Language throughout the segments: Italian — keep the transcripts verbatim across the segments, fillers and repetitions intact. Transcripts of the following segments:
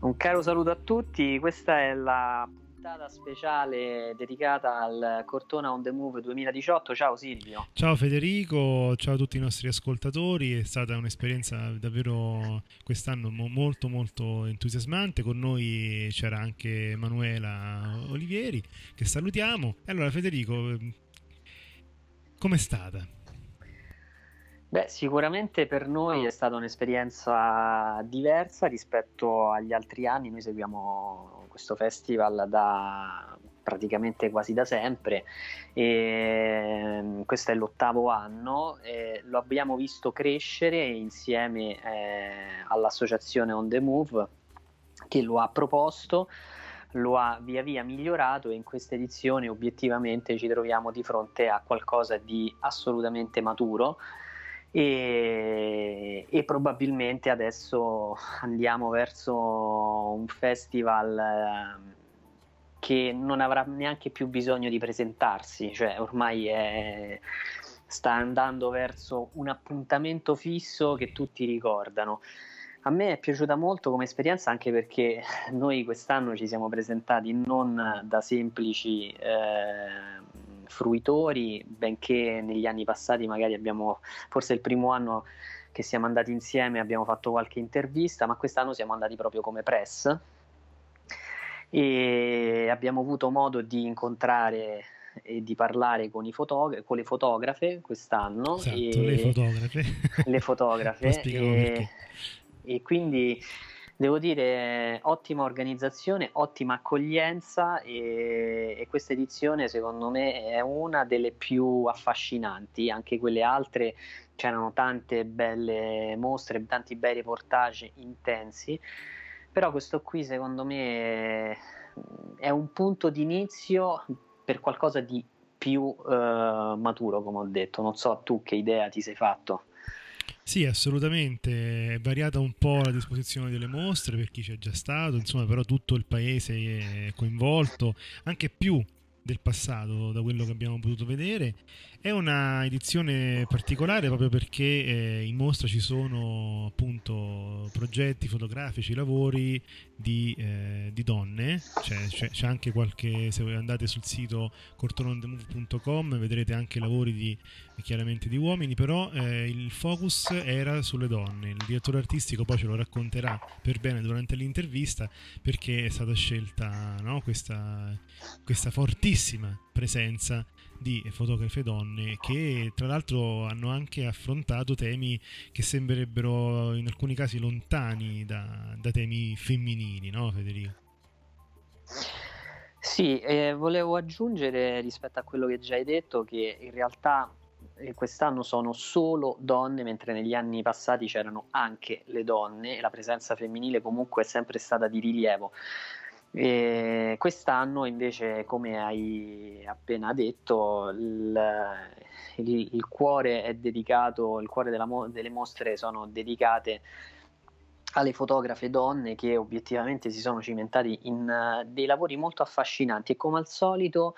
Un caro saluto a tutti, questa è la puntata speciale dedicata al Cortona on the Move duemiladiciotto. Ciao Silvio. Ciao Federico, ciao a tutti i nostri ascoltatori, è stata un'esperienza davvero quest'anno mo- molto molto entusiasmante. Con noi c'era anche Manuela Olivieri, che salutiamo. E allora Federico, com'è stata? Beh, sicuramente per noi è stata un'esperienza diversa rispetto agli altri anni. Noi seguiamo questo festival da praticamente quasi da sempre e mm, questo è l'ottavo anno e lo abbiamo visto crescere insieme eh, all'associazione On The Move che lo ha proposto, lo ha via via migliorato e in questa edizione obiettivamente ci troviamo di fronte a qualcosa di assolutamente maturo e, e probabilmente adesso andiamo verso un festival eh, che non avrà neanche più bisogno di presentarsi, cioè ormai è, sta andando verso un appuntamento fisso che tutti ricordano. A me è piaciuta molto come esperienza anche perché noi quest'anno ci siamo presentati non da semplici eh, fruitori, benché negli anni passati magari abbiamo, forse il primo anno che siamo andati insieme abbiamo fatto qualche intervista, ma quest'anno siamo andati proprio come press e abbiamo avuto modo di incontrare e di parlare con, i fotogra- con le fotografe quest'anno Esatto, lei e fotografe. le Poi fotografe spieghiamo e, perché. e quindi devo dire ottima organizzazione, ottima accoglienza e, e questa edizione secondo me è una delle più affascinanti, anche quelle altre c'erano tante belle mostre, tanti bei reportage intensi, però questo qui secondo me è un punto d'inizio per qualcosa di più eh, maturo, come ho detto. Non so tu che idea ti sei fatto. Sì, assolutamente, è variata un po' la disposizione delle mostre per chi c'è già stato, insomma, però tutto il paese è coinvolto, anche più del passato, da quello che abbiamo potuto vedere. È una edizione particolare proprio perché eh, in mostra ci sono appunto progetti fotografici, lavori di, eh, di donne, cioè, c'è, c'è anche qualche, se voi andate sul sito cortonondemove punto com vedrete anche lavori di, chiaramente di uomini, però eh, il focus era sulle donne. Il direttore artistico poi ce lo racconterà per bene durante l'intervista perché è stata scelta, no, questa, questa fortissima presenza di fotografe donne che tra l'altro hanno anche affrontato temi che sembrerebbero in alcuni casi lontani da, da temi femminili, no Federico? Sì, eh, volevo aggiungere rispetto a quello che già hai detto che in realtà eh, quest'anno sono solo donne, mentre negli anni passati c'erano anche le donne e la presenza femminile comunque è sempre stata di rilievo. E quest'anno invece, come hai appena detto, il, il- il cuore è dedicato, il cuore della mo- delle mostre sono dedicate alle fotografe donne che obiettivamente si sono cimentati in uh, dei lavori molto affascinanti e come al solito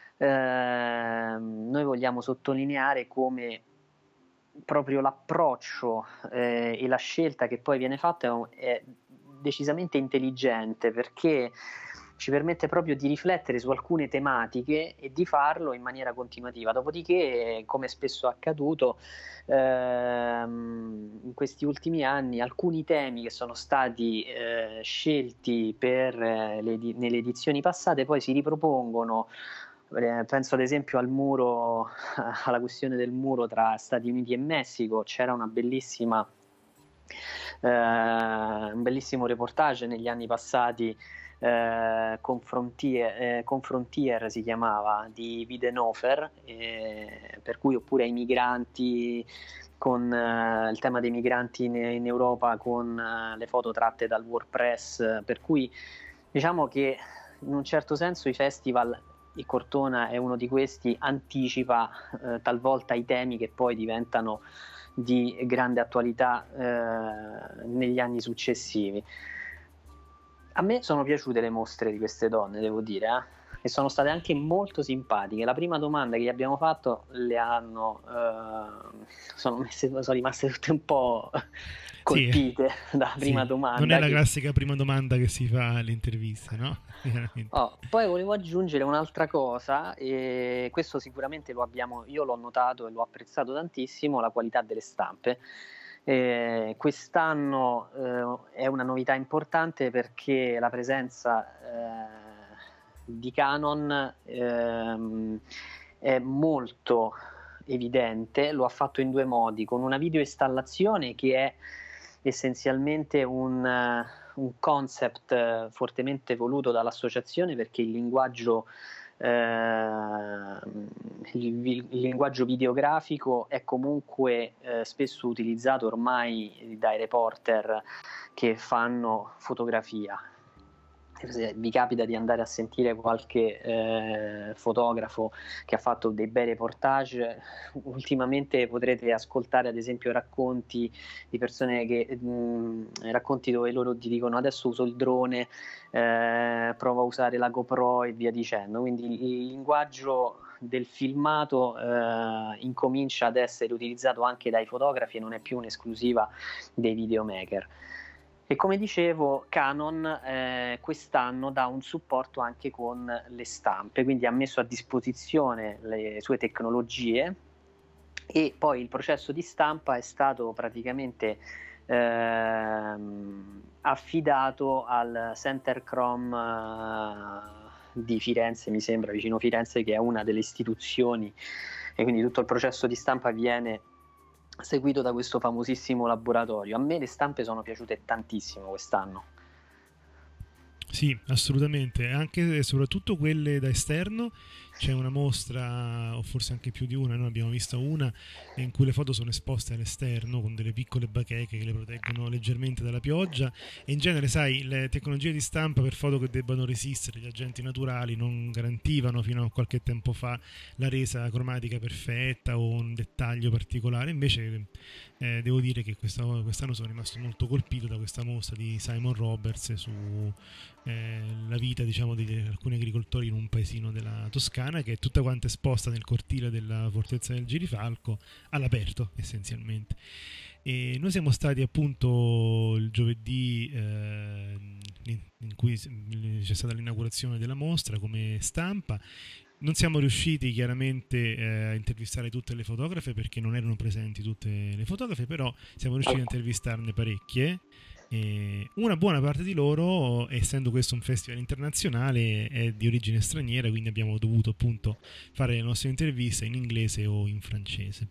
ehm, noi vogliamo sottolineare come proprio l'approccio eh, e la scelta che poi viene fatta è, è decisamente intelligente perché ci permette proprio di riflettere su alcune tematiche e di farlo in maniera continuativa. Dopodiché, come spesso è accaduto, ehm, in questi ultimi anni alcuni temi che sono stati eh, scelti per, eh, le, nelle edizioni passate poi si ripropongono. Eh, penso ad esempio al muro, alla questione del muro tra Stati Uniti e Messico. C'era una bellissima, eh, un bellissimo reportage negli anni passati eh, con, Frontier, eh, con Frontier si chiamava, di Widenhofer, eh, per cui oppure ai migranti, con eh, il tema dei migranti in, in Europa con eh, le foto tratte dal WordPress, per cui diciamo che in un certo senso i festival, e Cortona è uno di questi, anticipa eh, talvolta i temi che poi diventano di grande attualità eh, negli anni successivi. A me sono piaciute le mostre di queste donne, devo dire. Eh. e sono state anche molto simpatiche. La prima domanda che gli abbiamo fatto le hanno eh, sono, messe, sono rimaste tutte un po' colpite sì, dalla prima sì. domanda. Non è la che... classica prima domanda che si fa alle interviste, no? Oh, poi volevo aggiungere un'altra cosa, e questo sicuramente lo abbiamo, io l'ho notato e l'ho apprezzato tantissimo, la qualità delle stampe. Eh, quest'anno eh, è una novità importante perché la presenza eh, di Canon ehm, è molto evidente. Lo ha fatto in due modi: con una videoinstallazione che è essenzialmente un, un concept fortemente voluto dall'associazione, perché il linguaggio eh, il, il linguaggio videografico è comunque eh, spesso utilizzato ormai dai reporter che fanno fotografia. Se vi capita di andare a sentire qualche eh, fotografo che ha fatto dei bei reportage, ultimamente potrete ascoltare ad esempio racconti di persone che mh, racconti dove loro ti dicono adesso uso il drone, eh, provo a usare la GoPro e via dicendo. Quindi il linguaggio del filmato eh, incomincia ad essere utilizzato anche dai fotografi e non è più un'esclusiva dei videomaker. E come dicevo, Canon eh, quest'anno dà un supporto anche con le stampe, quindi ha messo a disposizione le sue tecnologie, e poi il processo di stampa è stato praticamente ehm, affidato al Center Chrome eh, di Firenze, mi sembra, vicino Firenze, che è una delle istituzioni, e quindi tutto il processo di stampa viene seguito da questo famosissimo laboratorio. A me le stampe sono piaciute tantissimo quest'anno. Sì, assolutamente, anche e soprattutto quelle da esterno. C'è una mostra, o forse anche più di una, noi abbiamo visto una in cui le foto sono esposte all'esterno con delle piccole bacheche che le proteggono leggermente dalla pioggia, e in genere, sai, le tecnologie di stampa per foto che debbano resistere gli agenti naturali non garantivano fino a qualche tempo fa la resa cromatica perfetta o un dettaglio particolare. Invece eh, devo dire che quest'anno, quest'anno sono rimasto molto colpito da questa mostra di Simon Roberts su eh, la vita, diciamo, di alcuni agricoltori in un paesino della Toscana, che è tutta quanta esposta nel cortile della fortezza del Girifalco all'aperto essenzialmente. E noi siamo stati appunto il giovedì eh, in cui c'è stata l'inaugurazione della mostra come stampa. Non siamo riusciti chiaramente eh, a intervistare tutte le fotografe perché non erano presenti tutte le fotografe, però siamo riusciti a intervistarne parecchie. E una buona parte di loro, essendo questo un festival internazionale, è di origine straniera, quindi abbiamo dovuto appunto fare le nostre interviste in inglese o in francese.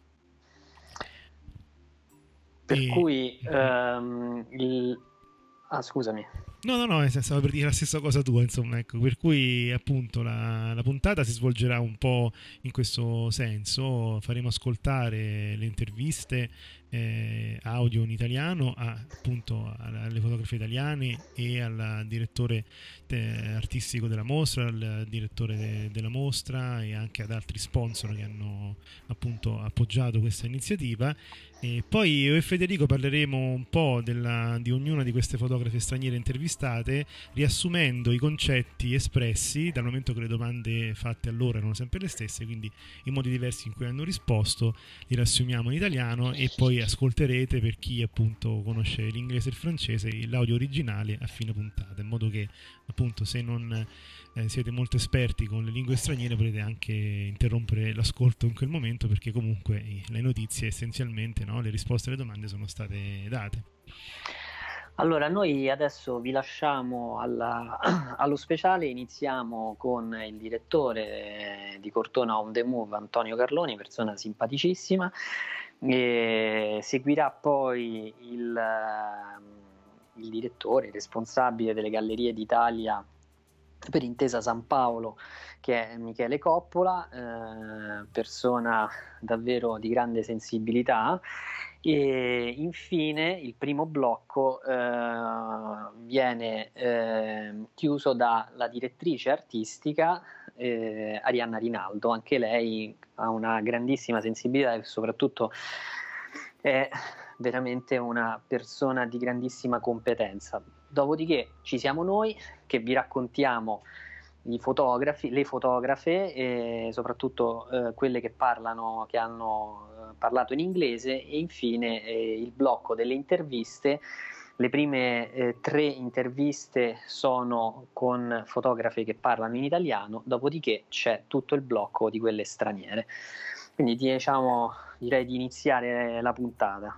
Per e... cui um, il... ah scusami No, no, no, stavo per dire la stessa cosa tua, insomma, ecco, per cui appunto la, la puntata si svolgerà un po' in questo senso. Faremo ascoltare le interviste eh, audio in italiano a, appunto alle fotografe italiane e al direttore te, artistico della mostra, al direttore de, della mostra e anche ad altri sponsor che hanno appunto appoggiato questa iniziativa. E poi io e Federico parleremo un po' della, di ognuna di queste fotografe straniere intervistate, riassumendo i concetti espressi, dal momento che le domande fatte a loro erano sempre le stesse, quindi i modi diversi in cui hanno risposto li riassumiamo in italiano, e poi ascolterete, per chi appunto conosce l'inglese e il francese, l'audio originale a fine puntata, in modo che appunto se non eh, siete molto esperti con le lingue straniere potete anche interrompere l'ascolto in quel momento, perché comunque le notizie essenzialmente, no, le risposte alle domande sono state date. Allora, noi adesso vi lasciamo alla, allo speciale. Iniziamo con il direttore di Cortona On The Move, Antonio Carloni, persona simpaticissima, e seguirà poi il, il direttore, il responsabile delle Gallerie d'Italia per Intesa San Paolo, che è Michele Coppola, eh, persona davvero di grande sensibilità. E infine il primo blocco eh, viene eh, chiuso dalla direttrice artistica eh, Arianna Rinaldo. Anche lei ha una grandissima sensibilità e soprattutto è veramente una persona di grandissima competenza. Dopodiché ci siamo noi che vi raccontiamo i fotografi, le fotografe e soprattutto eh, quelle che parlano, che hanno eh, parlato in inglese, e infine eh, il blocco delle interviste. Le prime eh, tre interviste sono con fotografi che parlano in italiano, dopodiché c'è tutto il blocco di quelle straniere. Quindi diciamo, direi di iniziare la puntata.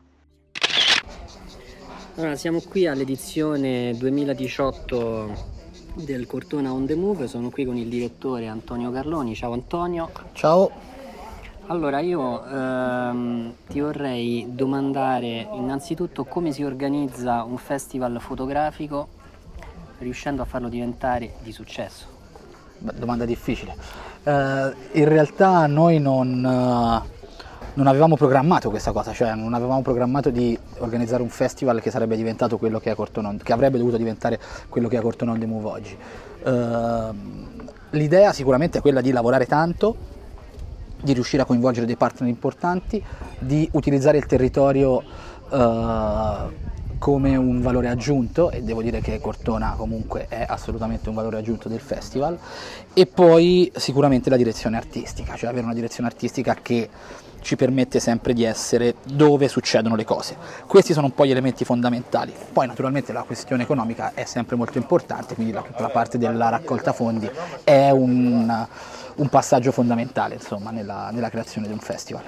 Allora, siamo qui all'edizione duemiladiciotto del Cortona On The Move, sono qui con il direttore Antonio Carloni. Ciao Antonio. Ciao. Allora io ehm, ti vorrei domandare innanzitutto come si organizza un festival fotografico riuscendo a farlo diventare di successo. Beh, domanda difficile. Eh, in realtà noi non, non avevamo programmato questa cosa, cioè non avevamo programmato di organizzare un festival che sarebbe diventato quello che è Cortona On, che avrebbe dovuto diventare quello che è Cortona On The Move oggi. Eh, l'idea sicuramente è quella di lavorare tanto, di riuscire a coinvolgere dei partner importanti, di utilizzare il territorio eh, come un valore aggiunto, e devo dire che Cortona comunque è assolutamente un valore aggiunto del festival, e poi sicuramente la direzione artistica, cioè avere una direzione artistica che ci permette sempre di essere dove succedono le cose. Questi sono un po' gli elementi fondamentali. Poi naturalmente la questione economica è sempre molto importante, quindi la, la parte della raccolta fondi è un, un passaggio fondamentale, insomma, nella, nella creazione di un festival.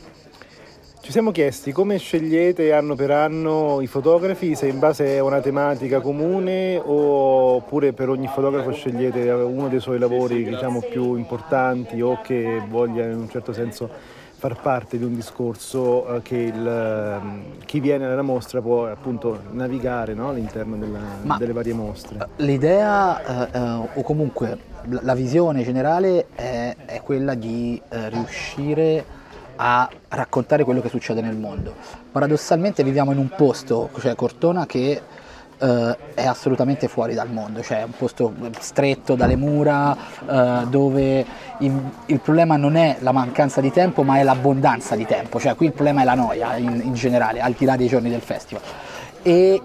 Ci siamo chiesti come scegliete anno per anno i fotografi, se in base a una tematica comune oppure per ogni fotografo scegliete uno dei suoi lavori, diciamo, più importanti o che voglia in un certo senso far parte di un discorso che il, chi viene alla mostra può appunto navigare, no, all'interno della, delle varie mostre. L'idea eh, o comunque la visione generale è, è quella di eh, riuscire a raccontare quello che succede nel mondo. Paradossalmente viviamo in un posto, cioè Cortona, che Uh, è assolutamente fuori dal mondo, cioè è un posto stretto dalle mura, uh, dove il, il problema non è la mancanza di tempo ma è l'abbondanza di tempo, cioè qui il problema è la noia in, in generale, al di là dei giorni del festival. E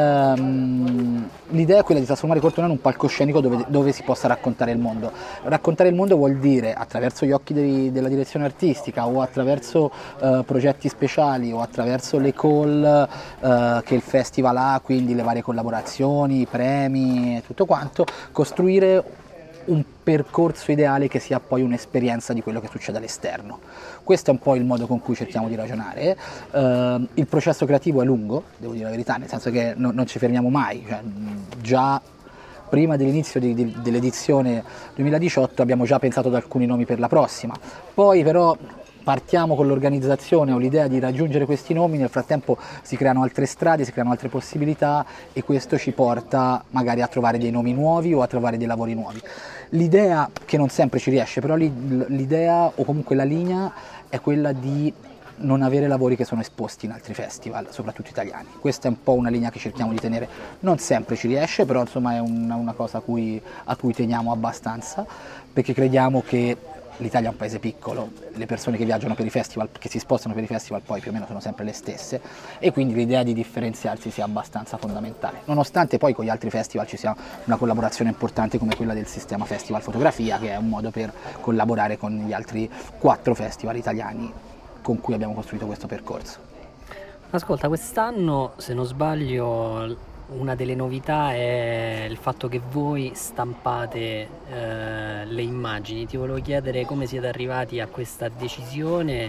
um, l'idea è quella di trasformare Cortona in un palcoscenico dove, dove si possa raccontare il mondo. Raccontare il mondo vuol dire attraverso gli occhi dei, della direzione artistica o attraverso uh, progetti speciali o attraverso le call uh, che il festival ha, quindi le varie collaborazioni, i premi e tutto quanto, costruire un percorso ideale che sia poi un'esperienza di quello che succede all'esterno. Questo è un po' il modo con cui cerchiamo di ragionare. Uh, il processo creativo è lungo, devo dire la verità, nel senso che no, non ci fermiamo mai. Cioè, già prima dell'inizio di, di, dell'edizione duemiladiciotto abbiamo già pensato ad alcuni nomi per la prossima. Poi però partiamo con l'organizzazione o l'idea di raggiungere questi nomi, nel frattempo si creano altre strade, si creano altre possibilità e questo ci porta magari a trovare dei nomi nuovi o a trovare dei lavori nuovi. L'idea, che non sempre ci riesce, però l'idea o comunque la linea è quella di non avere lavori che sono esposti in altri festival, soprattutto italiani. Questa è un po' una linea che cerchiamo di tenere, non sempre ci riesce, però insomma è una, una cosa a cui, a cui teniamo abbastanza, perché crediamo che l'Italia è un paese piccolo, le persone che viaggiano per i festival, che si spostano per i festival poi più o meno sono sempre le stesse e quindi l'idea di differenziarsi sia abbastanza fondamentale, nonostante poi con gli altri festival ci sia una collaborazione importante come quella del Sistema Festival Fotografia, che è un modo per collaborare con gli altri quattro festival italiani con cui abbiamo costruito questo percorso. Ascolta, quest'anno, se non sbaglio, una delle novità è il fatto che voi stampate eh, le immagini. Ti volevo chiedere come siete arrivati a questa decisione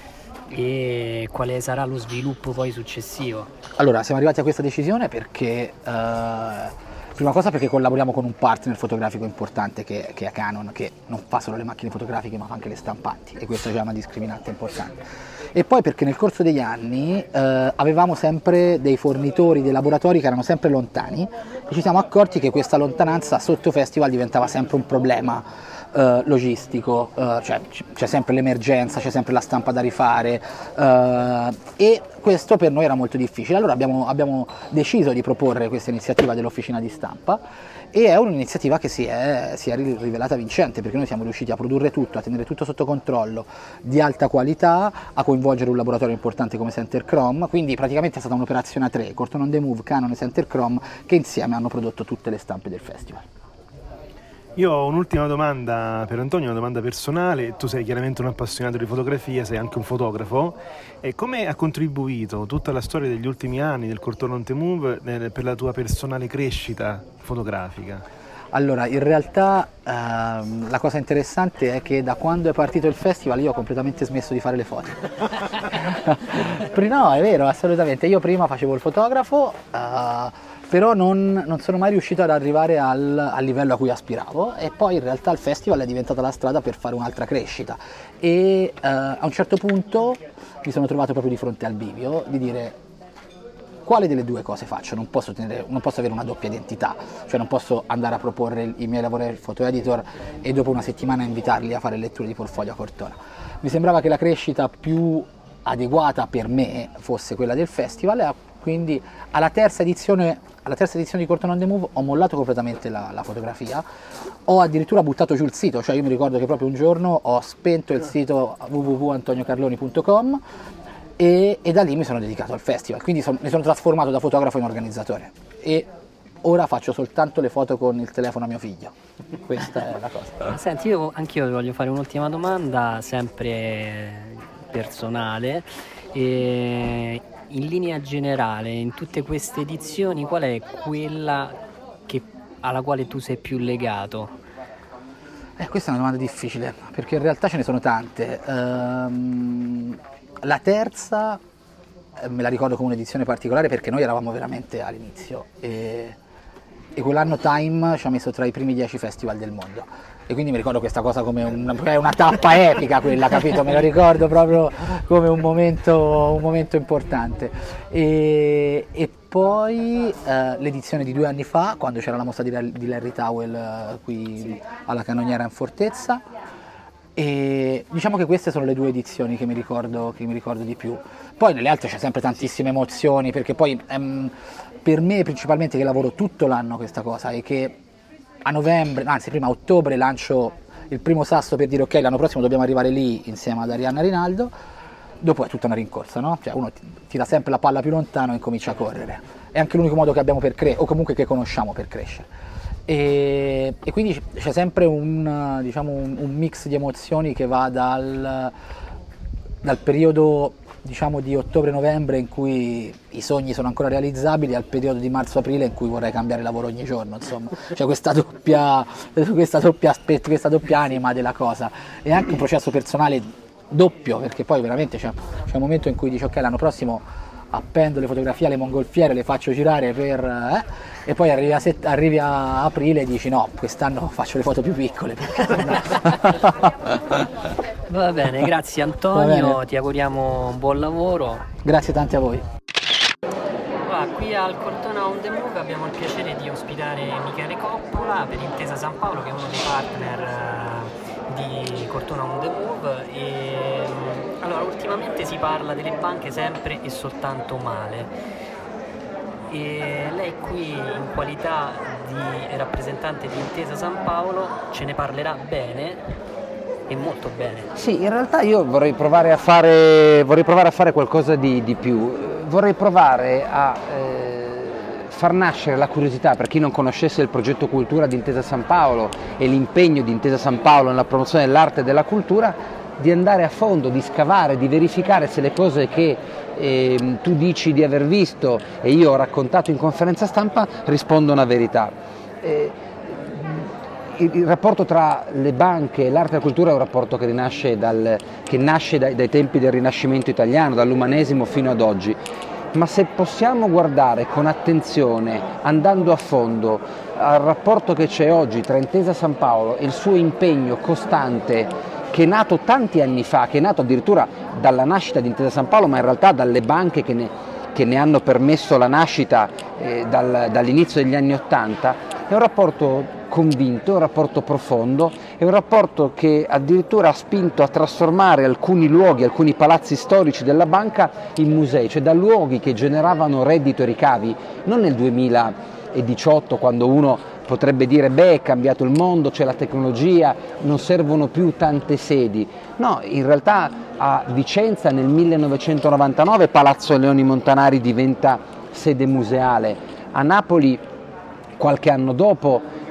e quale sarà lo sviluppo poi successivo. Allora, siamo arrivati a questa decisione perché eh, prima cosa perché collaboriamo con un partner fotografico importante che, che è Canon, che non fa solo le macchine fotografiche ma fa anche le stampanti, e questa è già una discriminante importante. E poi perché nel corso degli anni eh, avevamo sempre dei fornitori, dei laboratori che erano sempre lontani e ci siamo accorti che questa lontananza sotto festival diventava sempre un problema eh, logistico, eh, cioè c'è sempre l'emergenza, c'è sempre la stampa da rifare eh, e questo per noi era molto difficile. Allora abbiamo, abbiamo deciso di proporre questa iniziativa dell'officina di stampa e è un'iniziativa che si è, si è rivelata vincente, perché noi siamo riusciti a produrre tutto, a tenere tutto sotto controllo, di alta qualità, a coinvolgere un laboratorio importante come Center Chrome, quindi praticamente è stata un'operazione a tre, Cortona On The Move, Canon e Center Chrome, che insieme hanno prodotto tutte le stampe del festival. Io ho un'ultima domanda per Antonio, una domanda personale. Tu sei chiaramente un appassionato di fotografia, sei anche un fotografo. E come ha contribuito tutta la storia degli ultimi anni del Cortona on the Move per la tua personale crescita fotografica? Allora, in realtà ehm, la cosa interessante è che da quando è partito il festival io ho completamente smesso di fare le foto. No, è vero, assolutamente. Io prima facevo il fotografo, eh, però non, non sono mai riuscito ad arrivare al, al livello a cui aspiravo, e poi in realtà il festival è diventata la strada per fare un'altra crescita. E eh, a un certo punto mi sono trovato proprio di fronte al bivio di dire: quale delle due cose faccio? Non posso, tenere, non posso avere una doppia identità, cioè non posso andare a proporre i miei lavori al foto editor e dopo una settimana invitarli a fare letture di portfolio a Cortona. Mi sembrava che la crescita più adeguata per me fosse quella del festival, e quindi alla terza edizione, alla terza edizione di Cortona on the Move ho mollato completamente la, la fotografia, ho addirittura buttato giù il sito, cioè io mi ricordo che proprio un giorno ho spento il sito w w w punto antonio carloni punto com E, e da lì mi sono dedicato al festival, quindi son, mi sono trasformato da fotografo in organizzatore, e ora faccio soltanto le foto con il telefono a mio figlio. Questa è la cosa. Senti, io anch'io voglio fare un'ultima domanda, sempre personale. E in linea generale, in tutte queste edizioni, qual è quella che, alla quale tu sei più legato? Eh, questa è una domanda difficile, perché in realtà ce ne sono tante. Ehm... La terza eh, me la ricordo come un'edizione particolare perché noi eravamo veramente all'inizio, e, e quell'anno Time ci ha messo tra i primi dieci festival del mondo, e quindi mi ricordo questa cosa come un, è una tappa epica quella, capito? Me lo ricordo proprio come un momento, un momento importante. E, e poi eh, l'edizione di due anni fa, quando c'era la mostra di, di Larry Towell eh, qui alla Canoniera in Fortezza. E diciamo che queste sono le due edizioni che mi ricordo, che mi ricordo di più. Poi nelle altre c'è sempre tantissime emozioni, perché poi ehm, per me principalmente, che lavoro tutto l'anno questa cosa, è che a novembre, anzi prima a ottobre, lancio il primo sasso per dire ok, l'anno prossimo dobbiamo arrivare lì insieme ad Arianna Rinaldo, dopo è tutta una rincorsa, no? Cioè uno tira sempre la palla più lontano e incomincia a correre. È anche l'unico modo che abbiamo per crescere, o comunque che conosciamo per crescere. E, e quindi c'è sempre un, diciamo, un, un mix di emozioni che va dal, dal periodo, diciamo, di ottobre-novembre in cui i sogni sono ancora realizzabili, al periodo di marzo-aprile in cui vorrei cambiare lavoro ogni giorno, insomma. C'è questa doppia, questa doppia aspetto, questa doppia anima della cosa. È anche un processo personale doppio, perché poi veramente c'è, c'è un momento in cui dici ok, l'anno prossimo appendo le fotografie alle mongolfiere, le faccio girare per... Eh, e poi arrivi a, set, arrivi a aprile e dici no, quest'anno faccio le foto più piccole. Va bene, grazie Antonio, ti auguriamo un buon lavoro. Grazie tante a voi. Ah, qui al Cortona on the Move abbiamo il piacere di ospitare Michele Coppola per Intesa San Paolo, che è uno dei partner di Cortona on the Move. E allora, ultimamente si parla delle banche sempre e soltanto male, e lei qui in qualità di rappresentante di Intesa San Paolo ce ne parlerà bene, e molto bene. Sì, in realtà io vorrei provare a fare, vorrei provare a fare qualcosa di, di più, vorrei provare a eh, far nascere la curiosità per chi non conoscesse il progetto cultura di Intesa San Paolo e l'impegno di Intesa San Paolo nella promozione dell'arte e della cultura, di andare a fondo, di scavare, di verificare se le cose che eh, tu dici di aver visto e io ho raccontato in conferenza stampa rispondono a verità. Eh, il, il rapporto tra le banche e l'arte e la cultura è un rapporto che rinasce dal, che nasce dai, dai tempi del Rinascimento italiano, dall'umanesimo fino ad oggi. Ma se possiamo guardare con attenzione, andando a fondo, al rapporto che c'è oggi tra Intesa San Paolo e il suo impegno costante, che è nato tanti anni fa, che è nato addirittura dalla nascita di Intesa San Paolo, ma in realtà dalle banche che ne, che ne hanno permesso la nascita eh, dal, dall'inizio degli anni Ottanta, è un rapporto convinto, è un rapporto profondo, è un rapporto che addirittura ha spinto a trasformare alcuni luoghi, alcuni palazzi storici della banca in musei, cioè da luoghi che generavano reddito e ricavi, non nel duemiladiciotto, quando uno potrebbe dire beh, è cambiato il mondo, c'è la tecnologia, non servono più tante sedi. No, in realtà a Vicenza nel millenovecentonovantanove Palazzo Leoni Montanari diventa sede museale, a Napoli qualche anno dopo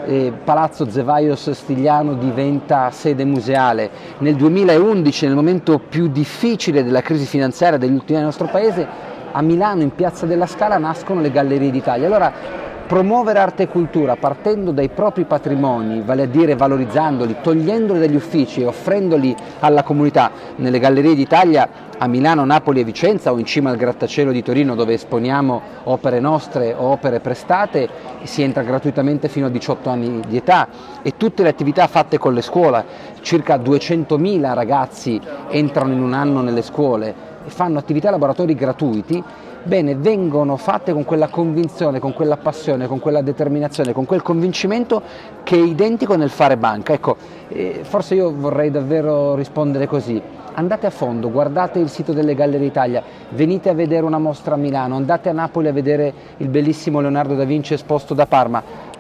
eh, Palazzo Zevaios Stigliano diventa sede museale. Nel duemilaundici, nel momento più difficile della crisi finanziaria degli ultimi anni del nostro paese, a Milano, in Piazza della Scala, nascono le Gallerie d'Italia. Allora, promuovere arte e cultura partendo dai propri patrimoni, vale a dire valorizzandoli, togliendoli dagli uffici e offrendoli alla comunità nelle Gallerie d'Italia a Milano, Napoli e Vicenza, o in cima al grattacielo di Torino dove esponiamo opere nostre o opere prestate, si entra gratuitamente fino a diciotto anni di età, e tutte le attività fatte con le scuole, circa duecentomila ragazzi entrano in un anno nelle scuole e fanno attività e laboratori gratuiti. Bene, vengono fatte con quella convinzione, con quella passione, con quella determinazione, con quel convincimento che è identico nel fare banca. Ecco, eh, forse io vorrei davvero rispondere così. Andate a fondo, guardate il sito delle Gallerie Italia, venite a vedere una mostra a Milano, andate a Napoli a vedere il bellissimo Leonardo da Vinci esposto da Parma.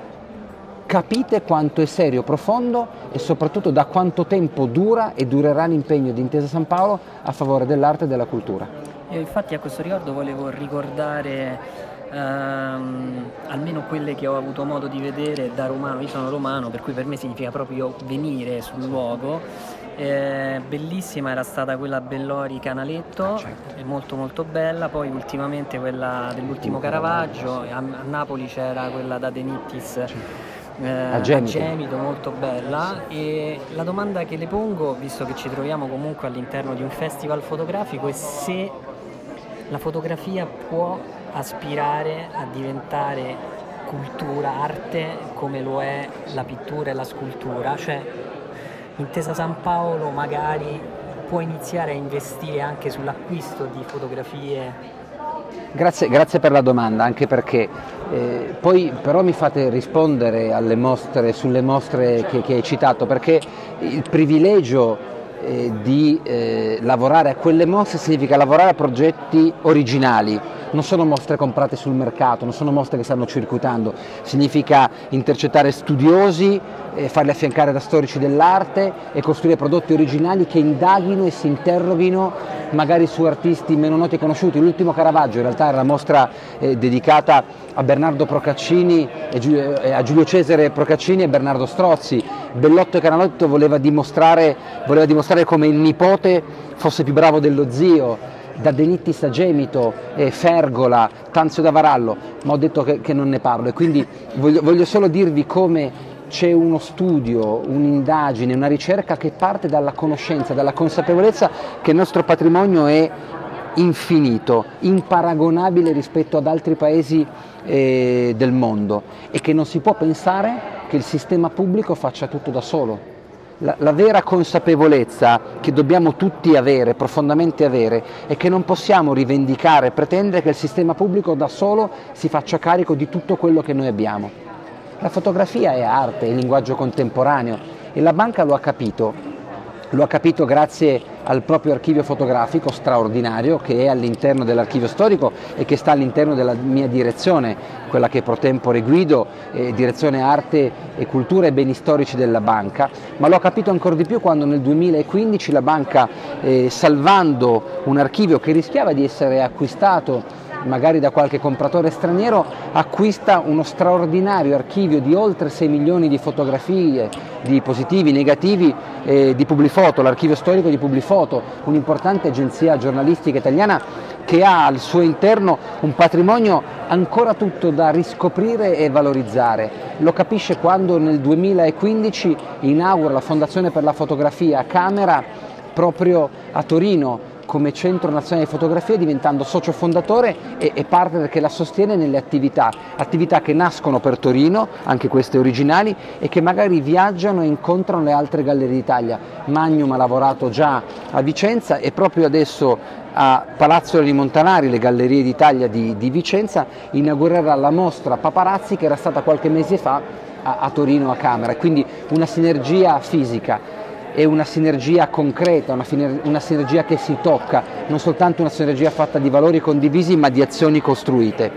Capite quanto è serio, profondo e soprattutto da quanto tempo dura e durerà l'impegno di Intesa San Paolo a favore dell'arte e della cultura. Io infatti a questo riguardo volevo ricordare ehm, almeno quelle che ho avuto modo di vedere da romano. Io sono romano, per cui per me significa proprio venire sul luogo. Eh, bellissima era stata quella Bellori Canaletto, è molto molto bella. Poi ultimamente quella dell'ultimo Caravaggio, a, a Napoli c'era quella da De Nittis, Eh, a Gemito. Gemito, molto bella. E la domanda che le pongo, visto che ci troviamo comunque all'interno di un festival fotografico, è se la fotografia può aspirare a diventare cultura, arte, come lo è la pittura e la scultura. Cioè, Intesa San Paolo magari può iniziare a investire anche sull'acquisto di fotografie. Grazie, grazie per la domanda, anche perché eh, poi però mi fate rispondere alle mostre, sulle mostre che, che hai citato, perché il privilegio eh, di eh, lavorare a quelle mostre significa lavorare a progetti originali. Non sono mostre comprate sul mercato, non sono mostre che stanno circuitando, significa intercettare studiosi, eh, farli affiancare da storici dell'arte e costruire prodotti originali che indaghino e si interroghino magari su artisti meno noti e conosciuti. L'ultimo Caravaggio in realtà era la mostra eh, dedicata a Bernardo Procaccini, e Giulio, eh, a Giulio Cesare Procaccini e Bernardo Strozzi. Bellotto e Canaletto voleva dimostrare, voleva dimostrare come il nipote fosse più bravo dello zio. Da De Nittis a Gemito, eh, Fergola, Tanzio da Varallo, ma ho detto che, che non ne parlo, e quindi voglio, voglio solo dirvi come c'è uno studio, un'indagine, una ricerca che parte dalla conoscenza, dalla consapevolezza che il nostro patrimonio è infinito, imparagonabile rispetto ad altri paesi eh, del mondo, e che non si può pensare che il sistema pubblico faccia tutto da solo. La, la vera consapevolezza che dobbiamo tutti avere, profondamente avere, è che non possiamo rivendicare e pretendere che il sistema pubblico da solo si faccia carico di tutto quello che noi abbiamo. La fotografia è arte, è linguaggio contemporaneo, e la banca lo ha capito. Lo ha capito grazie al proprio archivio fotografico straordinario che è all'interno dell'archivio storico e che sta all'interno della mia direzione, quella che pro tempore guido, eh, direzione arte e cultura e beni storici della banca, ma l'ho capito ancora di più quando nel duemilaquindici la banca, eh, salvando un archivio che rischiava di essere acquistato magari da qualche compratore straniero, acquista uno straordinario archivio di oltre sei milioni di fotografie, di positivi, negativi, eh, di Publifoto, l'archivio storico di Publifoto, un'importante agenzia giornalistica italiana che ha al suo interno un patrimonio ancora tutto da riscoprire e valorizzare. Lo capisce quando nel duemilaquindici inaugura la Fondazione per la Fotografia a Camera, proprio a Torino, come Centro Nazionale di Fotografia, diventando socio fondatore e, e partner che la sostiene nelle attività, attività che nascono per Torino, anche queste originali, e che magari viaggiano e incontrano le altre gallerie d'Italia. Magnum ha lavorato già a Vicenza e proprio adesso a Palazzo degli Montanari, le Gallerie d'Italia di, di Vicenza, inaugurerà la mostra Paparazzi che era stata qualche mese fa a, a Torino a Camera, quindi una sinergia fisica. È una sinergia concreta, una, una sinergia che si tocca, non soltanto una sinergia fatta di valori condivisi ma di azioni costruite.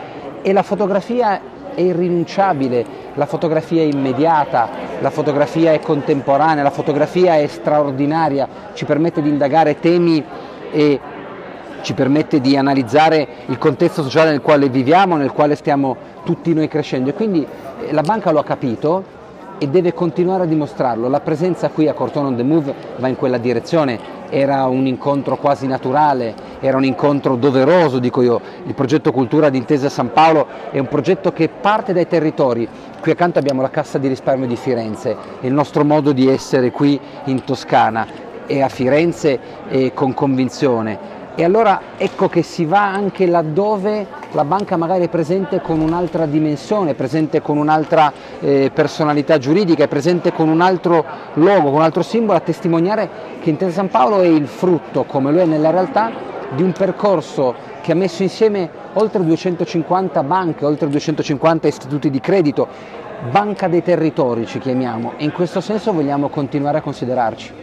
E la fotografia è irrinunciabile, la fotografia è immediata, la fotografia è contemporanea, la fotografia è straordinaria, ci permette di indagare temi e ci permette di analizzare il contesto sociale nel quale viviamo, nel quale stiamo tutti noi crescendo, e quindi eh, la banca lo ha capito e deve continuare a dimostrarlo. La presenza qui a Cortona on the Move va in quella direzione. Era un incontro quasi naturale, era un incontro doveroso, dico io. Il progetto Cultura di Intesa San Paolo è un progetto che parte dai territori. Qui accanto abbiamo la Cassa di Risparmio di Firenze, il nostro modo di essere qui in Toscana e a Firenze e con convinzione. E allora ecco che si va anche laddove la banca magari è presente con un'altra dimensione, è presente con un'altra eh, personalità giuridica, è presente con un altro logo, con un altro simbolo, a testimoniare che Intesa San Paolo è il frutto, come lo è nella realtà, di un percorso che ha messo insieme oltre duecentocinquanta banche, oltre duecentocinquanta istituti di credito, banca dei territori ci chiamiamo, e in questo senso vogliamo continuare a considerarci.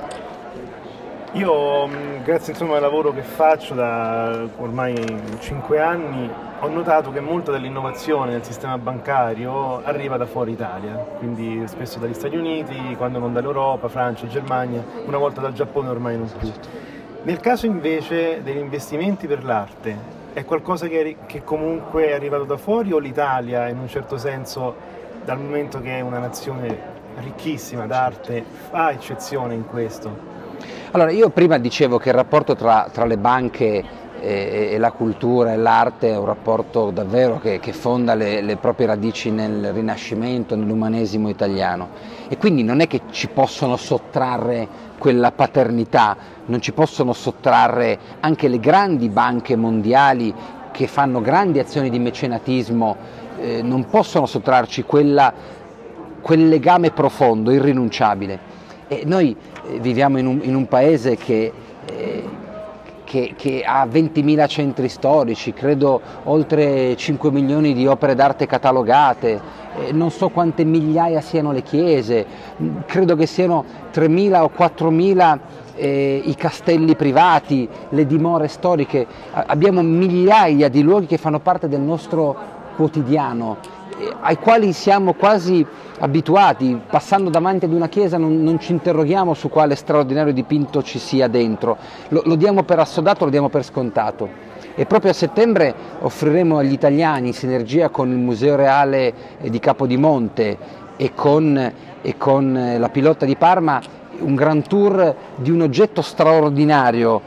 Io, grazie insomma al lavoro che faccio da ormai cinque anni, ho notato che molta dell'innovazione del sistema bancario arriva da fuori Italia, quindi spesso dagli Stati Uniti, quando non dall'Europa, Francia, Germania, una volta dal Giappone, ormai non più. Nel caso invece degli investimenti per l'arte, è qualcosa che, che comunque è arrivato da fuori, o l'Italia in un certo senso, dal momento che è una nazione ricchissima d'arte, fa eccezione in questo? Allora, io prima dicevo che il rapporto tra, tra le banche e, e la cultura e l'arte è un rapporto davvero che, che fonda le, le proprie radici nel Rinascimento, nell'umanesimo italiano, e quindi non è che ci possono sottrarre quella paternità, non ci possono sottrarre anche le grandi banche mondiali che fanno grandi azioni di mecenatismo, eh, non possono sottrarci quella, quel legame profondo, irrinunciabile. E noi eh, viviamo in un, in un paese che, eh, che, che ha ventimila centri storici, credo oltre cinque milioni di opere d'arte catalogate, eh, non so quante migliaia siano le chiese, credo che siano tremila o quattromila eh, i castelli privati, le dimore storiche. Abbiamo migliaia di luoghi che fanno parte del nostro quotidiano, eh, ai quali siamo quasi abituati. Passando davanti ad una chiesa non, non ci interroghiamo su quale straordinario dipinto ci sia dentro, lo, lo diamo per assodato, lo diamo per scontato. E proprio a settembre offriremo agli italiani, in sinergia con il Museo Reale di Capodimonte e con, e con la Pilotta di Parma, un grand tour di un oggetto straordinario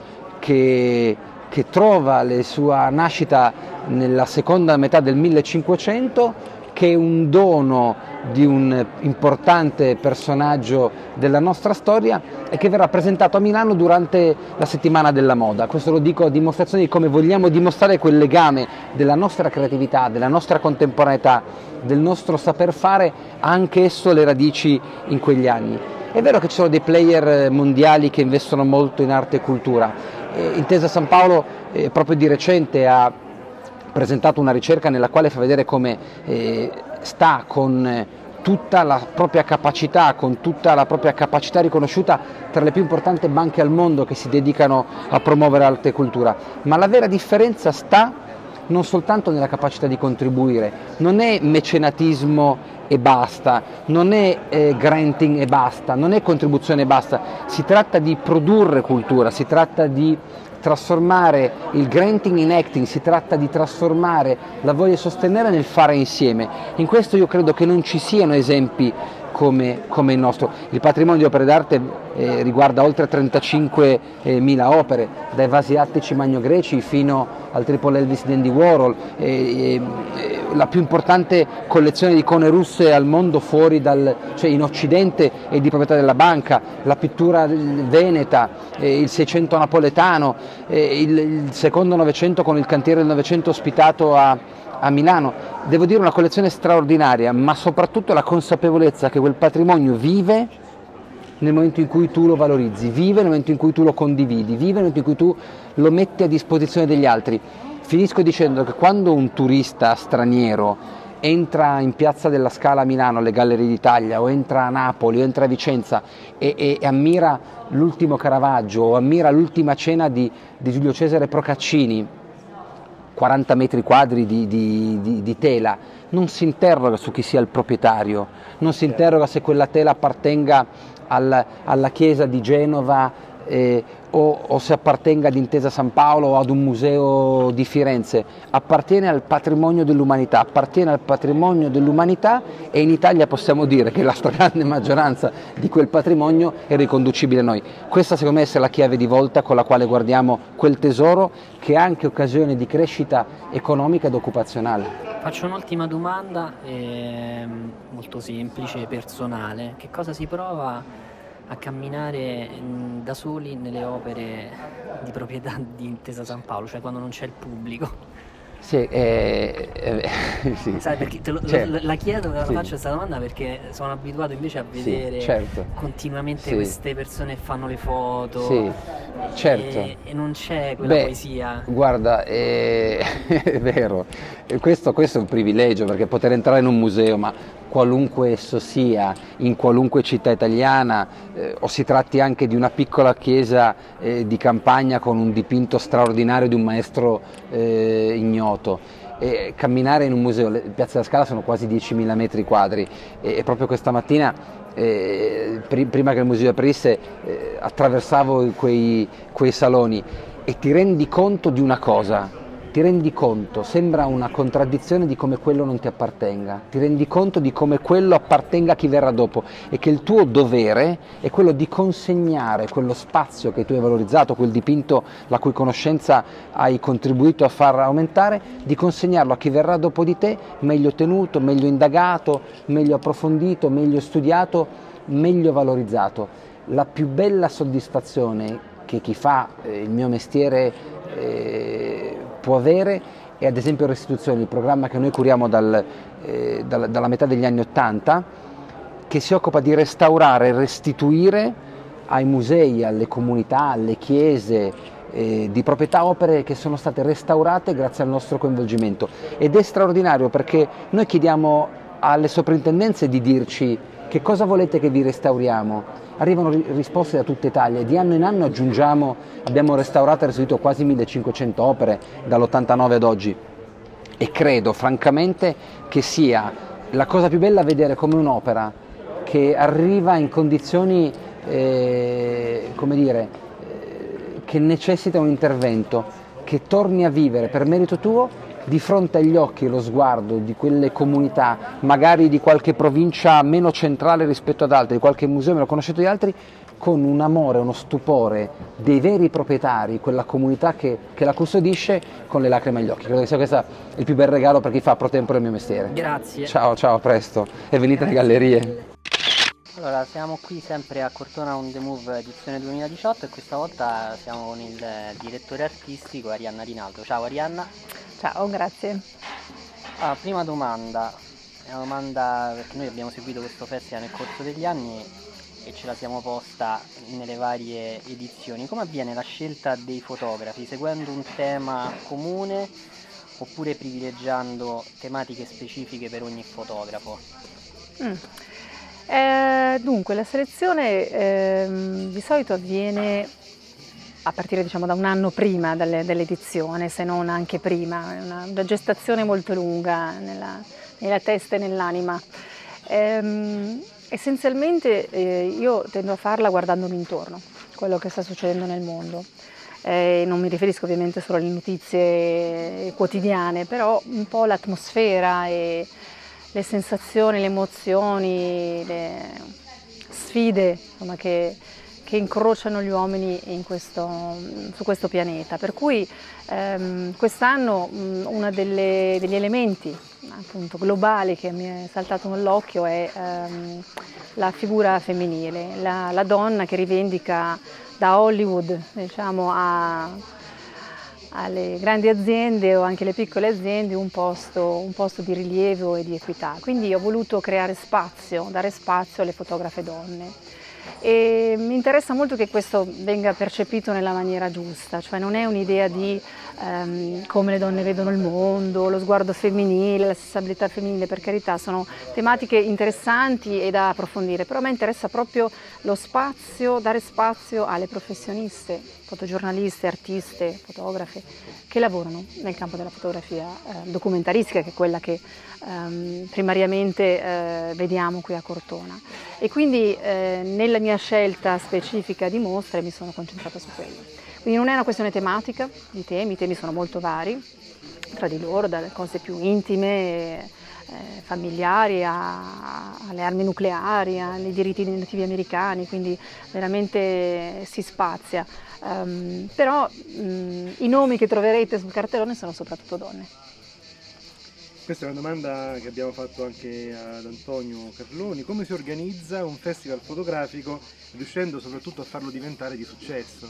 che, che trova la sua nascita nella seconda metà del millecinquecento, che è un dono di un importante personaggio della nostra storia e che verrà presentato a Milano durante la settimana della moda. Questo lo dico a dimostrazione di come vogliamo dimostrare quel legame della nostra creatività, della nostra contemporaneità, del nostro saper fare, anche esso le radici in quegli anni. È vero che ci sono dei player mondiali che investono molto in arte e cultura. Eh, Intesa San Paolo eh, proprio di recente ha presentato una ricerca nella quale fa vedere come eh, sta con eh, tutta la propria capacità, con tutta la propria capacità riconosciuta tra le più importanti banche al mondo che si dedicano a promuovere arte e cultura. Ma la vera differenza sta non soltanto nella capacità di contribuire, non è mecenatismo e basta, non è eh, granting e basta, non è contribuzione e basta, si tratta di produrre cultura, si tratta di trasformare il granting in acting, si tratta di trasformare la voglia di sostenere nel fare insieme. In questo io credo che non ci siano esempi come, come il nostro. Il patrimonio di opere d'arte eh, riguarda oltre trentacinquemila opere, dai vasi attici magno-greci fino al Triple Elvis di Andy Warhol, eh, eh, la più importante collezione di icone russe al mondo fuori dal, cioè in Occidente è di proprietà della banca, la pittura veneta, eh, il Seicento napoletano, eh, il, il secondo Novecento con il cantiere del Novecento ospitato a, a Milano. Devo dire una collezione straordinaria, ma soprattutto la consapevolezza che quel patrimonio vive nel momento in cui tu lo valorizzi, vive nel momento in cui tu lo condividi, vive nel momento in cui tu lo metti a disposizione degli altri. Finisco dicendo che quando un turista straniero entra in Piazza della Scala a Milano, alle Gallerie d'Italia, o entra a Napoli, o entra a Vicenza e, e, e ammira l'ultimo Caravaggio, o ammira l'ultima cena di, di Giulio Cesare Procaccini, quaranta metri quadri di, di, di, di tela, non si interroga su chi sia il proprietario, non si interroga se quella tela appartenga al, alla chiesa di Genova eh, o, o se appartenga ad Intesa San Paolo o ad un museo di Firenze, appartiene al patrimonio dell'umanità, appartiene al patrimonio dell'umanità e in Italia possiamo dire che la stragrande maggioranza di quel patrimonio è riconducibile a noi. Questa secondo me è la chiave di volta con la quale guardiamo quel tesoro che è anche occasione di crescita economica ed occupazionale. Faccio un'ultima domanda, eh, molto semplice, personale. Che cosa si prova a camminare da soli nelle opere di proprietà di Intesa San Paolo, cioè quando non c'è il pubblico? Sì, eh, eh, sì. Sai, perché te lo, certo. La chiedo, la sì. faccio questa domanda perché sono abituato invece a vedere sì, certo. continuamente sì. queste persone che fanno le foto sì, certo. e, e non c'è quella Beh, poesia. Guarda, è, è vero, questo, questo è un privilegio, perché poter entrare in un museo, ma qualunque esso sia, in qualunque città italiana, eh, o si tratti anche di una piccola chiesa eh, di campagna con un dipinto straordinario di un maestro eh, ignoto, e camminare in un museo, le Piazza della Scala sono quasi diecimila metri quadri, e, e proprio questa mattina, eh, pr- prima che il museo aprisse, eh, attraversavo quei, quei saloni e ti rendi conto di una cosa. Ti rendi conto, sembra una contraddizione, di come quello non ti appartenga, ti rendi conto di come quello appartenga a chi verrà dopo e che il tuo dovere è quello di consegnare quello spazio che tu hai valorizzato, quel dipinto la cui conoscenza hai contribuito a far aumentare, di consegnarlo a chi verrà dopo di te meglio tenuto, meglio indagato, meglio approfondito, meglio studiato, meglio valorizzato. La più bella soddisfazione che chi fa eh, il mio mestiere eh, può avere è ad esempio Restituzioni, il programma che noi curiamo dal, eh, dalla, dalla metà degli anni Ottanta, che si occupa di restaurare e restituire ai musei, alle comunità, alle chiese eh, di proprietà opere che sono state restaurate grazie al nostro coinvolgimento. Ed è straordinario perché noi chiediamo alle soprintendenze di dirci che cosa volete che vi restauriamo. Arrivano risposte da tutta Italia e di anno in anno aggiungiamo, abbiamo restaurato e restituito quasi millecinquecento opere dall'ottantanove ad oggi, e credo francamente che sia la cosa più bella vedere come un'opera che arriva in condizioni eh, come dire, eh, che necessita un intervento, che torni a vivere per merito tuo di fronte agli occhi e lo sguardo di quelle comunità, magari di qualche provincia meno centrale rispetto ad altre, di qualche museo meno conosciuto di altri, con un amore, uno stupore dei veri proprietari, quella comunità che, che la custodisce, con le lacrime agli occhi. Credo che sia questo il più bel regalo per chi fa pro tempore il mio mestiere. Grazie. Ciao, ciao, a presto e venite alle gallerie. Allora, siamo qui sempre a Cortona on the Move edizione duemiladiciotto e questa volta siamo con il direttore artistico Arianna Rinaldo. Ciao Arianna. Ciao, grazie. Ah, prima domanda, è una domanda perché noi abbiamo seguito questo festival nel corso degli anni e ce la siamo posta nelle varie edizioni. Come avviene la scelta dei fotografi? Seguendo un tema comune oppure privilegiando tematiche specifiche per ogni fotografo? Mm. Eh, dunque, la selezione eh, di solito avviene a partire diciamo da un anno prima dalle, dell'edizione, se non anche prima, è una, una gestazione molto lunga nella, nella testa e nell'anima. Ehm, essenzialmente eh, io tendo a farla guardandomi intorno, quello che sta succedendo nel mondo. Eh, non mi riferisco ovviamente solo alle notizie quotidiane, però un po' l'atmosfera e le sensazioni, le emozioni, le sfide insomma, che che incrociano gli uomini in questo, su questo pianeta. Per cui ehm, quest'anno uno degli elementi appunto globali che mi è saltato nell'occhio è ehm, la figura femminile, la, la donna che rivendica da Hollywood diciamo, a, alle grandi aziende o anche alle piccole aziende un posto, un posto di rilievo e di equità. Quindi ho voluto creare spazio, dare spazio alle fotografe donne. E mi interessa molto che questo venga percepito nella maniera giusta, cioè non è un'idea di ehm, come le donne vedono il mondo, lo sguardo femminile, la sensibilità femminile, per carità, sono tematiche interessanti e da approfondire, però a me interessa proprio lo spazio, dare spazio alle professioniste, fotogiornaliste, artiste, fotografe, che lavorano nel campo della fotografia eh, documentaristica, che è quella che ehm, primariamente eh, vediamo qui a Cortona. E quindi eh, nella nella mia scelta specifica di mostre mi sono concentrata su quello. Quindi non è una questione tematica, di temi, i temi sono molto vari tra di loro, dalle cose più intime, eh, familiari, a, alle armi nucleari, ai diritti dei nativi americani, quindi veramente si spazia. Um, però um, i nomi che troverete sul cartellone sono soprattutto donne. Questa è una domanda che abbiamo fatto anche ad Antonio Carloni: come si organizza un festival fotografico riuscendo soprattutto a farlo diventare di successo?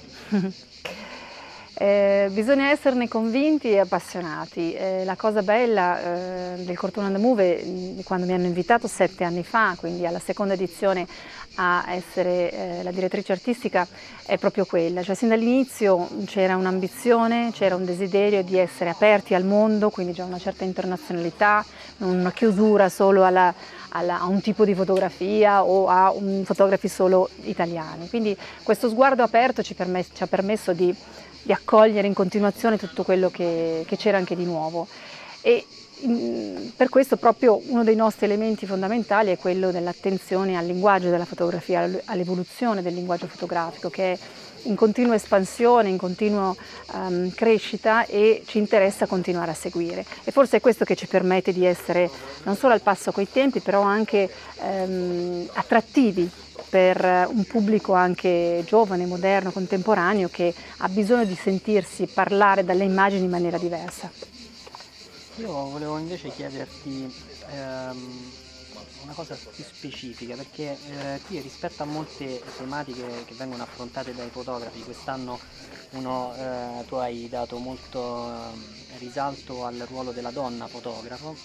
Eh, bisogna esserne convinti e appassionati. Eh, la cosa bella eh, del Cortona on the Move, eh, quando mi hanno invitato sette anni fa, quindi alla seconda edizione, a essere eh, la direttrice artistica, è proprio quella. Cioè, sin dall'inizio c'era un'ambizione, c'era un desiderio di essere aperti al mondo, quindi già una certa internazionalità, non una chiusura solo alla, alla, a un tipo di fotografia o a un, fotografi solo italiani. Quindi questo sguardo aperto ci, permess- ci ha permesso di di accogliere in continuazione tutto quello che, che c'era anche di nuovo. E in, per questo proprio uno dei nostri elementi fondamentali è quello dell'attenzione al linguaggio della fotografia, all'evoluzione del linguaggio fotografico, che è in continua espansione, in continua um, crescita, e ci interessa continuare a seguire. E forse è questo che ci permette di essere non solo al passo coi tempi, però anche um, attrattivi per un pubblico anche giovane, moderno, contemporaneo, che ha bisogno di sentirsi parlare dalle immagini in maniera diversa. Io volevo invece chiederti ehm, una cosa più specifica, perché eh, qui rispetto a molte tematiche che vengono affrontate dai fotografi, quest'anno uno, eh, tu hai dato molto eh, risalto al ruolo della donna fotografo.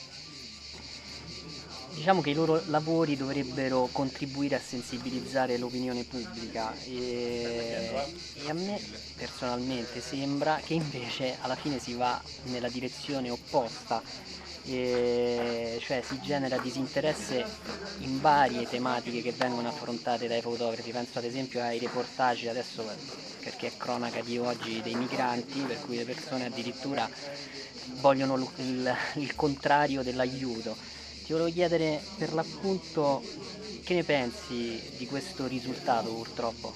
Diciamo che i loro lavori dovrebbero contribuire a sensibilizzare l'opinione pubblica e, e a me personalmente sembra che invece alla fine si va nella direzione opposta, e cioè si genera disinteresse in varie tematiche che vengono affrontate dai fotografi. Penso ad esempio ai reportage, adesso perché è cronaca di oggi, dei migranti, per cui le persone addirittura vogliono l- il, il contrario dell'aiuto. Ti volevo chiedere per l'appunto che ne pensi di questo risultato, purtroppo.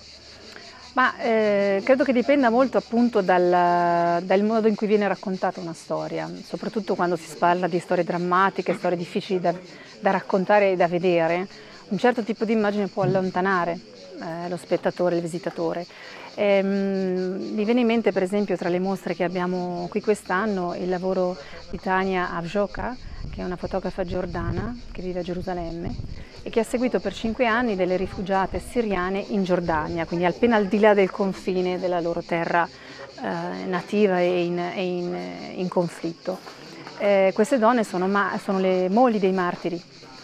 Ma eh, credo che dipenda molto appunto dal, dal modo in cui viene raccontata una storia, soprattutto quando si parla di storie drammatiche, storie difficili da, da raccontare e da vedere. Un certo tipo di immagine può allontanare eh, lo spettatore, il visitatore. E, mh, mi viene in mente per esempio tra le mostre che abbiamo qui quest'anno il lavoro di Tania Avjoka, che è una fotografa giordana che vive a Gerusalemme e che ha seguito per cinque anni delle rifugiate siriane in Giordania, quindi appena al di là del confine della loro terra eh, nativa e in, e in, in conflitto. Eh, queste donne sono, ma- sono le mogli dei martiri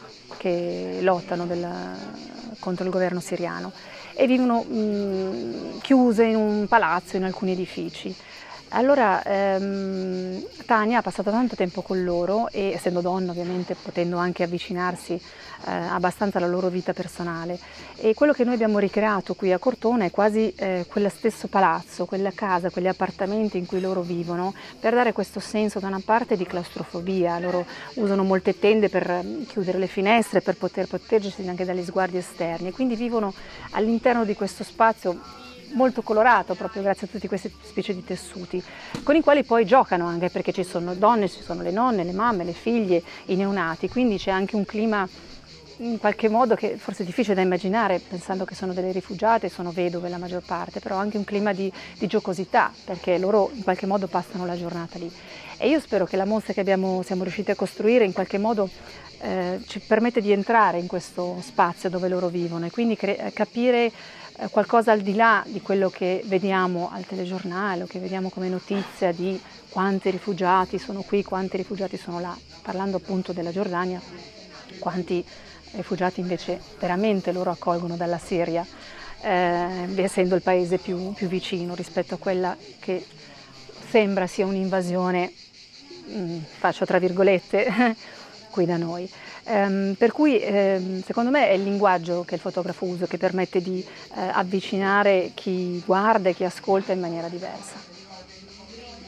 che lottano della, contro il governo siriano e vivono mh, chiuse in un palazzo, in alcuni edifici. Allora ehm, Tania ha passato tanto tempo con loro e, essendo donna ovviamente, potendo anche avvicinarsi eh, abbastanza alla loro vita personale, e quello che noi abbiamo ricreato qui a Cortona è quasi eh, quello stesso palazzo, quella casa, quegli appartamenti in cui loro vivono, per dare questo senso da una parte di claustrofobia. Loro usano molte tende per chiudere le finestre, per poter proteggersi anche dagli sguardi esterni, e quindi vivono all'interno di questo spazio molto colorato proprio grazie a tutti questi specie di tessuti con i quali poi giocano, anche perché ci sono donne, ci sono le nonne, le mamme, le figlie, i neonati, quindi c'è anche un clima in qualche modo che forse è difficile da immaginare pensando che sono delle rifugiate, sono vedove la maggior parte, però anche un clima di, di giocosità, perché loro in qualche modo passano la giornata lì. E io spero che la mostra che abbiamo, siamo riusciti a costruire in qualche modo eh, ci permette di entrare in questo spazio dove loro vivono e quindi cre- capire qualcosa al di là di quello che vediamo al telegiornale o che vediamo come notizia di quanti rifugiati sono qui, quanti rifugiati sono là. Parlando appunto della Giordania, quanti rifugiati invece veramente loro accolgono dalla Siria, eh, essendo il paese più, più vicino rispetto a quella che sembra sia un'invasione, mh, faccio tra virgolette, qui da noi. Um, per cui um, secondo me è il linguaggio che il fotografo usa che permette di uh, avvicinare chi guarda e chi ascolta in maniera diversa.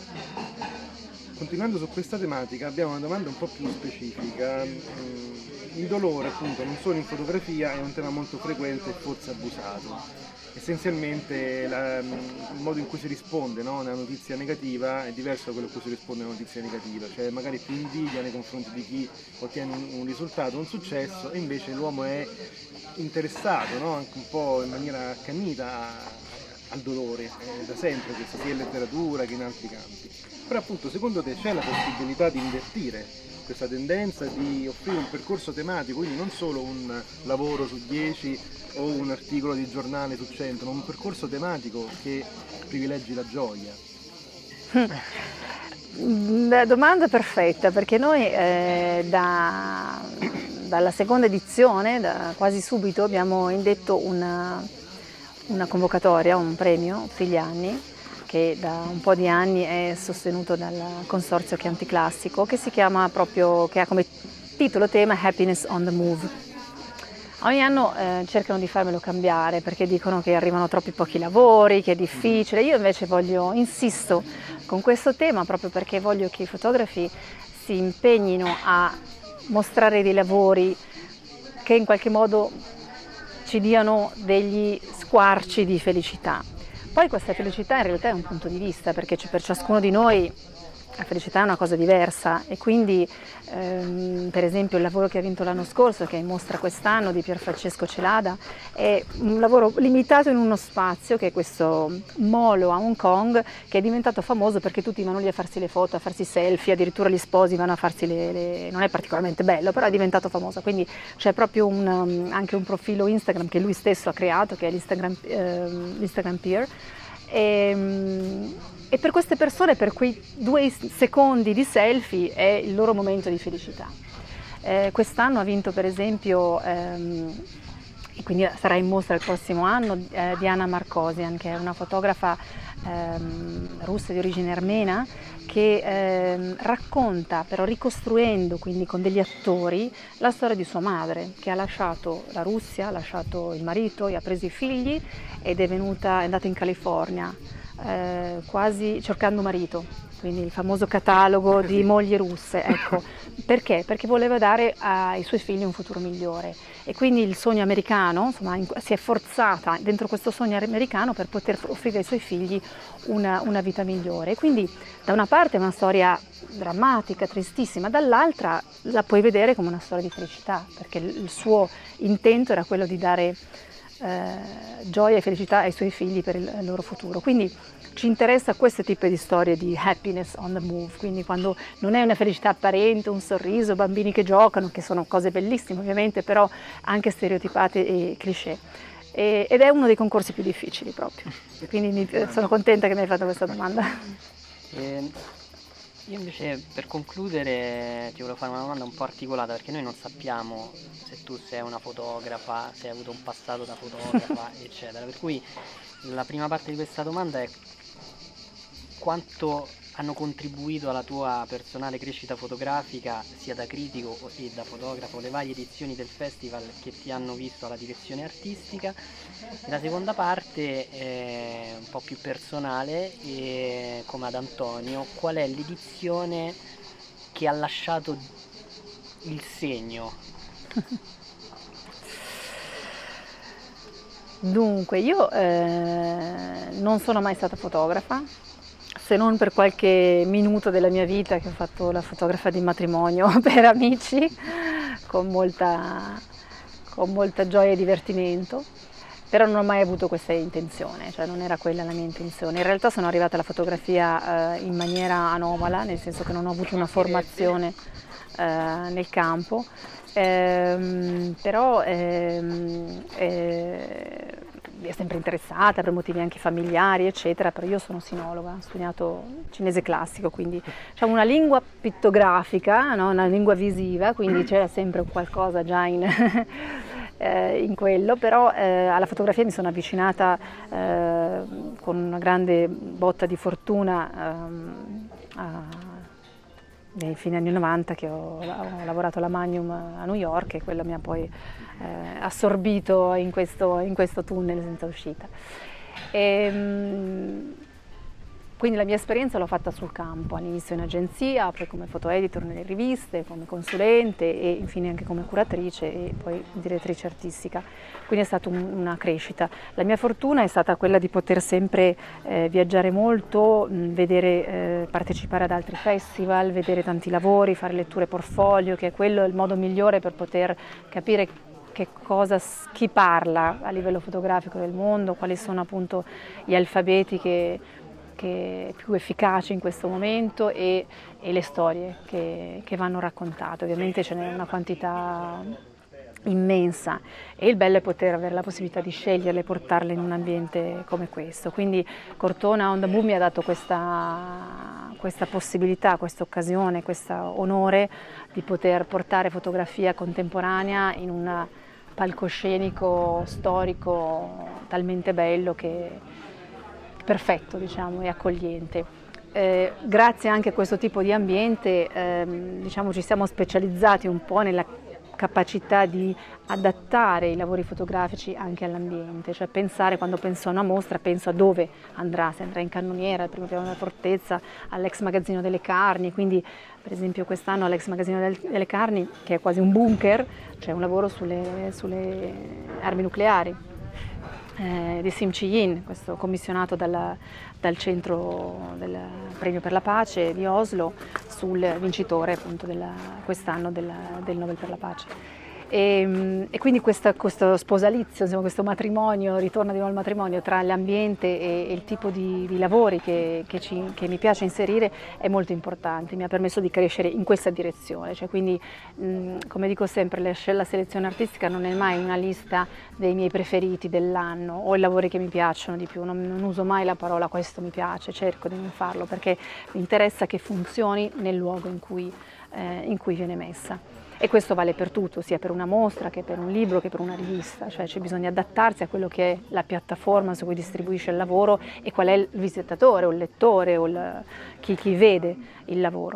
Continuando su questa tematica abbiamo una domanda un po' più specifica. il dolore appunto non solo in fotografia è un tema molto frequente e forse abusato. Essenzialmente la, il modo in cui si risponde, no, a una notizia negativa è diverso da quello in cui si risponde a una notizia negativa, cioè magari più invidia nei confronti di chi ottiene un, un risultato, un successo, e invece l'uomo è interessato, no, anche un po' in maniera accanita a, al dolore, eh, da sempre, questo sia in letteratura che in altri campi. Però appunto secondo te c'è la possibilità di invertire questa tendenza, di offrire un percorso tematico, quindi non solo un lavoro su dieci o un articolo di giornale su cento, ma un percorso tematico che privilegi la gioia? La domanda perfetta, perché noi eh, da, dalla seconda edizione, da quasi subito, abbiamo indetto una, una convocatoria, un premio Figlianni, che da un po' di anni è sostenuto dal consorzio Chianti Classico, che si chiama proprio, che ha come titolo tema Happiness on the Move. Ogni anno eh, cercano di farmelo cambiare perché dicono che arrivano troppi pochi lavori, che è difficile. Io invece voglio, insisto con questo tema proprio perché voglio che i fotografi si impegnino a mostrare dei lavori che in qualche modo ci diano degli squarci di felicità. Poi questa felicità in realtà è un punto di vista, perché per ciascuno di noi la felicità è una cosa diversa e quindi ehm, per esempio il lavoro che ha vinto l'anno scorso, che mostra quest'anno, di Pierfrancesco Celada, è un lavoro limitato in uno spazio che è questo molo a Hong Kong, che è diventato famoso perché tutti vanno lì a farsi le foto, a farsi selfie, addirittura gli sposi vanno a farsi le... le... non è particolarmente bello, però è diventato famoso, quindi c'è proprio un, anche un profilo Instagram che lui stesso ha creato, che è l'Instagram, eh, l'Instagram Peer. E, e per queste persone, per quei due secondi di selfie, è il loro momento di felicità. Eh, quest'anno ha vinto per esempio, ehm, e quindi sarà in mostra il prossimo anno, eh, Diana Markosian, che è una fotografa ehm, russa di origine armena, che ehm, racconta, però ricostruendo, quindi con degli attori, la storia di sua madre, che ha lasciato la Russia, ha lasciato il marito, e ha preso i figli ed è venuta, è andata in California, eh, quasi cercando marito, quindi il famoso catalogo di mogli russe, ecco. Perché? Perché voleva dare ai suoi figli un futuro migliore e quindi il sogno americano, insomma, si è forzata dentro questo sogno americano per poter offrire ai suoi figli una, una vita migliore. Quindi da una parte è una storia drammatica, tristissima, dall'altra la puoi vedere come una storia di felicità, perché il suo intento era quello di dare eh, gioia e felicità ai suoi figli per il loro futuro. Quindi ci interessa questo tipo di storie di happiness on the move, quindi quando non è una felicità apparente, un sorriso, bambini che giocano, che sono cose bellissime ovviamente, però anche stereotipate e cliché. E, ed è uno dei concorsi più difficili proprio, quindi mi, sono contenta che mi hai fatto questa domanda. Eh, io invece per concludere ti volevo fare una domanda un po' articolata, perché noi non sappiamo se tu sei una fotografa, se hai avuto un passato da fotografa, eccetera, per cui la prima parte di questa domanda è: quanto hanno contribuito alla tua personale crescita fotografica, sia da critico che da fotografo, le varie edizioni del festival che ti hanno visto alla direzione artistica? E la seconda parte è un po' più personale, e come ad Antonio, qual è l'edizione che ha lasciato il segno? Dunque, io eh, non sono mai stata fotografa, se non per qualche minuto della mia vita che ho fatto la fotografa di matrimonio per amici, con molta, con molta gioia e divertimento, però non ho mai avuto questa intenzione, cioè non era quella la mia intenzione. In realtà sono arrivata alla fotografia eh, in maniera anomala, nel senso che non ho avuto una formazione eh, nel campo, ehm, però ehm, eh, mi è sempre interessata per motivi anche familiari, eccetera, però io sono sinologa, ho studiato cinese classico, quindi diciamo una lingua pittografica, no? Una lingua visiva, quindi c'era sempre qualcosa già in, eh, in quello, però eh, alla fotografia mi sono avvicinata eh, con una grande botta di fortuna ehm, a, nei fine anni novanta, che ho, ho lavorato alla Magnum a New York, e quello mi ha poi eh, assorbito in questo, in questo tunnel senza uscita. E, Quindi la mia esperienza l'ho fatta sul campo, all'inizio in agenzia, poi come foto editor nelle riviste, come consulente e infine anche come curatrice e poi direttrice artistica. Quindi è stata un, una crescita. La mia fortuna è stata quella di poter sempre eh, viaggiare molto, mh, vedere, eh, partecipare ad altri festival, vedere tanti lavori, fare letture portfolio, che è quello il modo migliore per poter capire che cosa, chi parla a livello fotografico del mondo, quali sono appunto gli alfabeti che che più efficaci in questo momento e, e le storie che, che vanno raccontate. Ovviamente ce n'è una quantità immensa e il bello è poter avere la possibilità di sceglierle e portarle in un ambiente come questo. Quindi Cortona on the Move mi ha dato questa, questa possibilità, questa occasione, questo onore di poter portare fotografia contemporanea in un palcoscenico storico talmente bello che perfetto, diciamo, e accogliente. Eh, grazie anche a questo tipo di ambiente ehm, diciamo, ci siamo specializzati un po' nella capacità di adattare i lavori fotografici anche all'ambiente, cioè pensare, quando penso a una mostra, penso a dove andrà, se andrà in cannoniera, al primo piano della fortezza, all'ex magazzino delle carni, quindi per esempio quest'anno all'ex magazzino delle carni, che è quasi un bunker, c'è un lavoro sulle, sulle armi nucleari. Eh, di Sim Chi-yin, questo commissionato dal, dal centro del premio per la pace di Oslo, sul vincitore appunto della, quest'anno della, del Nobel per la pace. E, e quindi questa, questo sposalizio, insomma, questo matrimonio, ritorno di nuovo al matrimonio tra l'ambiente e, e il tipo di, di lavori che, che, ci, che mi piace inserire è molto importante, mi ha permesso di crescere in questa direzione, cioè, quindi mh, come dico sempre, la, la selezione artistica non è mai una lista dei miei preferiti dell'anno o i lavori che mi piacciono di più, non, non uso mai la parola questo mi piace, cerco di non farlo perché mi interessa che funzioni nel luogo in cui, eh, in cui viene messa. E questo vale per tutto, sia per una mostra che per un libro che per una rivista, cioè c'è bisogno di adattarsi a quello che è la piattaforma su cui distribuisce il lavoro e qual è il visitatore o il lettore o il, chi, chi vede il lavoro.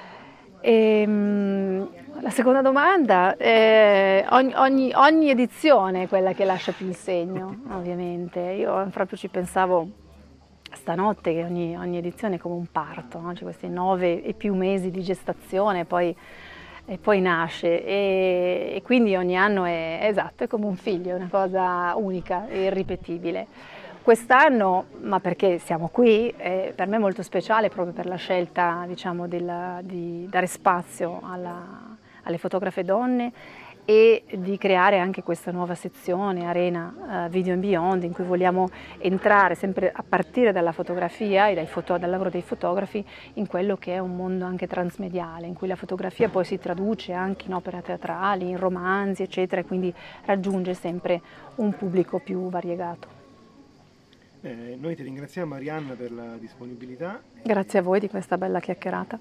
E, la seconda domanda, è ogni, ogni, ogni edizione è quella che lascia più il segno, ovviamente. Io proprio ci pensavo stanotte che ogni, ogni edizione è come un parto, no? C'è questi nove e più mesi di gestazione, poi e poi nasce e, e quindi ogni anno è esatto, è come un figlio, è una cosa unica e irripetibile. Quest'anno, ma perché siamo qui, è per me molto speciale proprio per la scelta, diciamo, della, di dare spazio alla, alle fotografe donne e di creare anche questa nuova sezione Arena uh, Video and Beyond, in cui vogliamo entrare sempre a partire dalla fotografia e dai foto, dal lavoro dei fotografi in quello che è un mondo anche transmediale, in cui la fotografia poi si traduce anche in opere teatrali, in romanzi, eccetera, e quindi raggiunge sempre un pubblico più variegato. Eh, noi ti ringraziamo, Arianna, per la disponibilità. Grazie a voi di questa bella chiacchierata.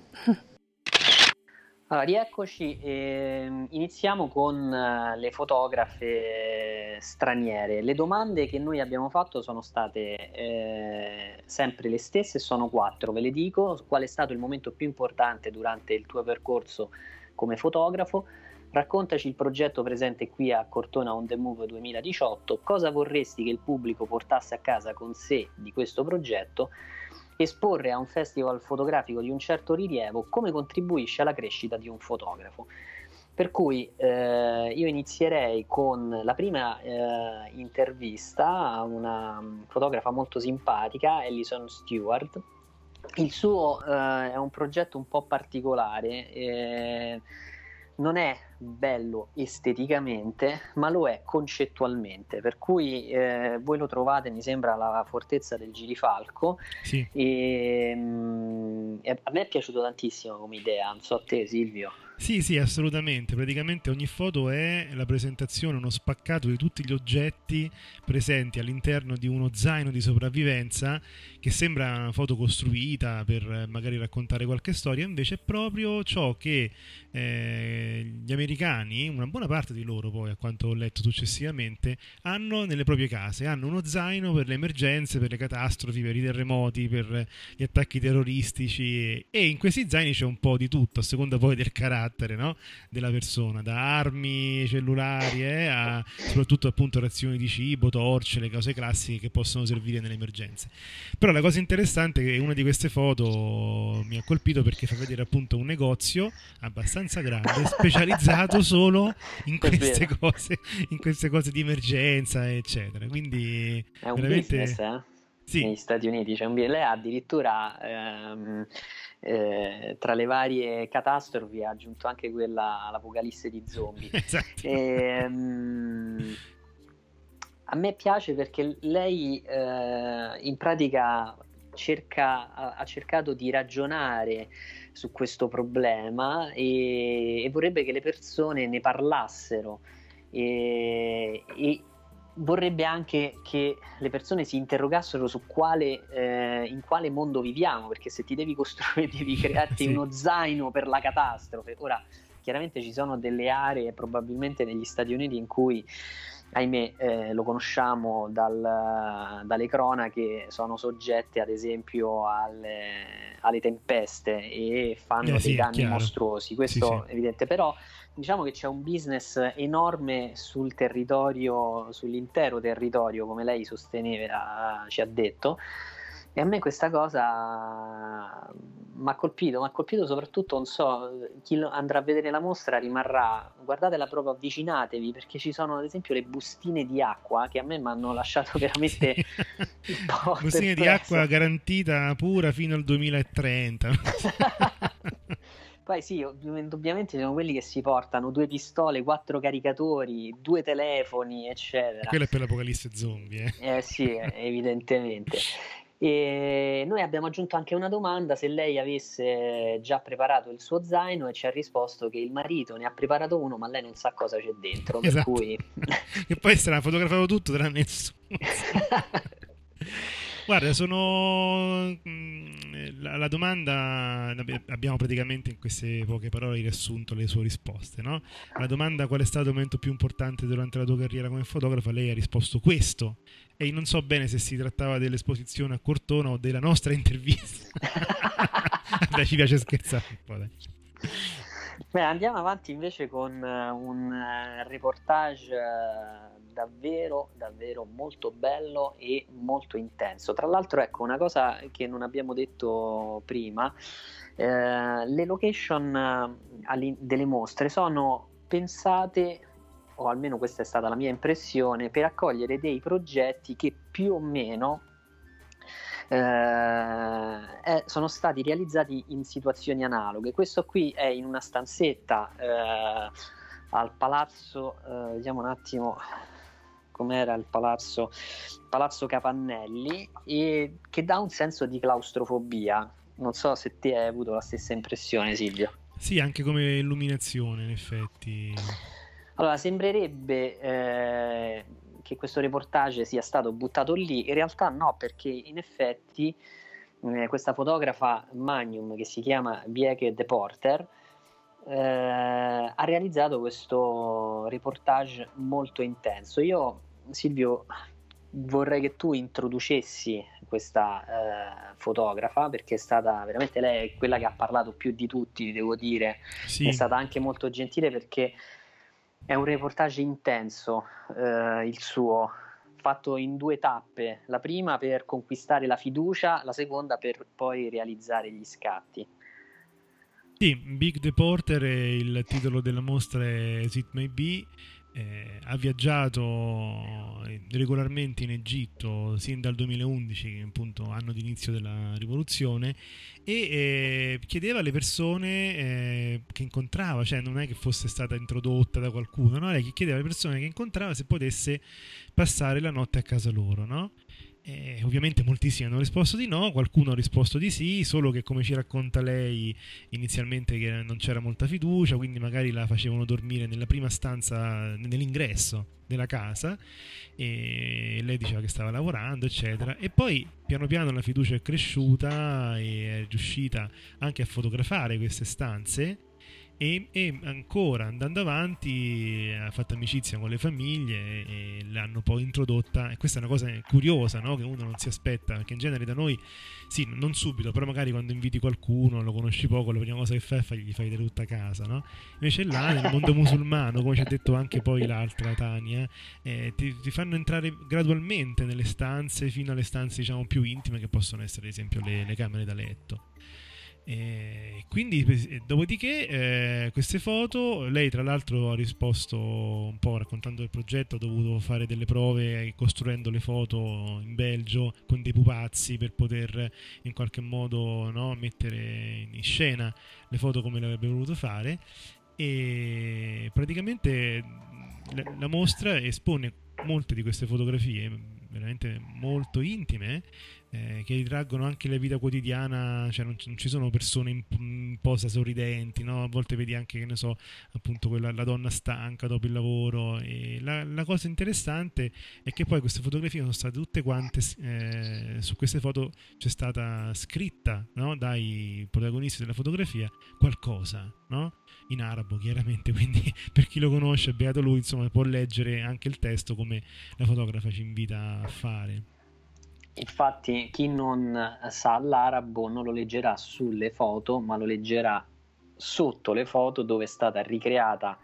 Allora, rieccoci, eh, iniziamo con uh, le fotografe straniere. Le domande che noi abbiamo fatto sono state eh, sempre le stesse, sono quattro, ve le dico. Qual è stato il momento più importante durante il tuo percorso come fotografo? Raccontaci il progetto presente qui a Cortona on the Move duemiladiciotto, cosa vorresti che il pubblico portasse a casa con sé di questo progetto? Esporre a un festival fotografico di un certo rilievo, come contribuisce alla crescita di un fotografo. Per cui eh, io inizierei con la prima eh, intervista a una fotografa molto simpatica, Alison Stewart. Il suo eh, è un progetto un po' particolare, eh, non è bello esteticamente, ma lo è concettualmente, per cui eh, voi lo trovate, mi sembra, alla Fortezza del Girifalco. Sì. E, mh, a me è piaciuto tantissimo come idea, non so a te, Silvio. Sì, sì, assolutamente. Praticamente ogni foto è la presentazione, uno spaccato di tutti gli oggetti presenti all'interno di uno zaino di sopravvivenza, che sembra una foto costruita per magari raccontare qualche storia, invece è proprio ciò che eh, gli americani americani, una buona parte di loro poi, a quanto ho letto successivamente, hanno nelle proprie case, hanno uno zaino per le emergenze, per le catastrofi, per i terremoti, per gli attacchi terroristici, e in questi zaini c'è un po' di tutto, a seconda poi del carattere, no? Della persona, da armi cellulari eh, a soprattutto appunto razioni di cibo, torce, le cose classiche che possono servire nelle emergenze. Però la cosa interessante è che una di queste foto mi ha colpito perché fa vedere appunto un negozio abbastanza grande specializzato solo in queste cose, in queste cose di emergenza eccetera, quindi è un veramente business, eh? Sì. Negli Stati Uniti c'è un lei addirittura ehm, eh, tra le varie catastrofi ha aggiunto anche quella all'apocalisse di zombie. Esatto. ehm, a me piace perché lei eh, in pratica cerca, ha, ha cercato di ragionare su questo problema e, e vorrebbe che le persone ne parlassero e, e vorrebbe anche che le persone si interrogassero su quale, eh, in quale mondo viviamo, perché se ti devi costruire, devi crearti Sì. uno zaino per la catastrofe. Ora, chiaramente ci sono delle aree, probabilmente negli Stati Uniti, in cui, ahimè, eh, lo conosciamo dal, dalle cronache, sono soggette ad esempio alle, alle tempeste e fanno Eh, sì, dei è danni chiaro. mostruosi, questo Sì, sì. è evidente, però diciamo che c'è un business enorme sul territorio, sull'intero territorio, come lei sosteneva, ci ha detto, e a me questa cosa mi ha colpito, mi ha colpito soprattutto, non so, chi lo- andrà a vedere la mostra rimarrà, guardatela proprio, avvicinatevi, perché ci sono ad esempio le bustine di acqua che a me mi hanno lasciato veramente un po' Bustine di perplesso. acqua garantita pura fino al duemilatrenta. Poi sì, indubbiamente sono quelli che si portano due pistole, quattro caricatori, due telefoni, eccetera. Quello è per l'apocalisse zombie, eh. Eh sì, evidentemente. E noi abbiamo aggiunto anche una domanda se lei avesse già preparato il suo zaino, e ci ha risposto che il marito ne ha preparato uno, ma lei non sa cosa c'è dentro, per Esatto. cui E poi sarà fotografato tutto tranne nessuno. Guarda, sono mh, la, la domanda, abbiamo praticamente in queste poche parole riassunto le sue risposte, no? Alla domanda qual è stato il momento più importante durante la tua carriera come fotografa, lei ha risposto questo, e non so bene se si trattava dell'esposizione a Cortona o della nostra intervista. Dai, ci piace scherzare un po', dai. Beh, andiamo avanti invece con eh, un eh, reportage eh, davvero, davvero molto bello e molto intenso. Tra l'altro, ecco, una cosa che non abbiamo detto prima, eh, le location eh, all'in- delle mostre sono pensate, o almeno questa è stata la mia impressione, per accogliere dei progetti che più o meno Eh, eh, sono stati realizzati in situazioni analoghe. Questo qui è in una stanzetta eh, al palazzo, eh, vediamo un attimo com'era il palazzo, Palazzo Capannelli, e che dà un senso di claustrofobia. Non so se te hai avuto la stessa impressione, Silvio. Sì, anche come illuminazione, in effetti. Allora, sembrerebbe eh, che questo reportage sia stato buttato lì, in realtà no, perché in effetti eh, questa fotografa Magnum, che si chiama Bieke de Porter, eh, ha realizzato questo reportage molto intenso. Io, Silvio, vorrei che tu introducessi questa eh, fotografa, perché è stata veramente lei quella che ha parlato più di tutti, devo dire. Sì. È stata anche molto gentile perché è un reportage intenso, eh, il suo, fatto in due tappe, la prima per conquistare la fiducia, la seconda per poi realizzare gli scatti. Sì, Big Deporter è il titolo della mostra, è As It May Be. Eh, ha viaggiato regolarmente in Egitto sin dal duemilaundici, appunto anno di inizio della rivoluzione, e eh, chiedeva alle persone eh, che incontrava, cioè non è che fosse stata introdotta da qualcuno, no? Lei chiedeva alle persone che incontrava se potesse passare la notte a casa loro, no? Eh, ovviamente moltissimi hanno risposto di no, qualcuno ha risposto di sì, solo che, come ci racconta lei, inizialmente che non c'era molta fiducia, quindi magari la facevano dormire nella prima stanza, nell'ingresso della casa, e lei diceva che stava lavorando, eccetera. E poi piano piano la fiducia è cresciuta e è riuscita anche a fotografare queste stanze, E, e ancora andando avanti ha fatto amicizia con le famiglie e, e l'hanno poi introdotta, e questa è una cosa curiosa, no? Che uno non si aspetta, perché in genere da noi sì, non subito, però magari quando inviti qualcuno, lo conosci poco, la prima cosa che fai è fai, gli fai vedere tutta casa, no? Invece là nel mondo musulmano, come ci ha detto anche poi l'altra Tania, eh, ti, ti fanno entrare gradualmente nelle stanze fino alle stanze diciamo più intime, che possono essere ad esempio le, le camere da letto. E quindi dopodiché eh, queste foto, lei tra l'altro ha risposto un po' raccontando il progetto, ha dovuto fare delle prove costruendo le foto in Belgio con dei pupazzi per poter in qualche modo, no, mettere in scena le foto come le avrebbe voluto fare, e praticamente la, la mostra espone molte di queste fotografie veramente molto intime, eh, che ritraggono anche la vita quotidiana, cioè non, non ci sono persone in, in posa sorridenti, no? A volte vedi anche, che ne so, appunto quella, la donna stanca dopo il lavoro, e la, la cosa interessante è che poi queste fotografie sono state tutte quante, eh, su queste foto c'è stata scritta, no? Dai protagonisti della fotografia qualcosa, no? In arabo chiaramente, quindi per chi lo conosce, beato lui, insomma, può leggere anche il testo come la fotografa ci invita a fare. Infatti chi non sa l'arabo non lo leggerà sulle foto, ma lo leggerà sotto le foto dove è stata ricreata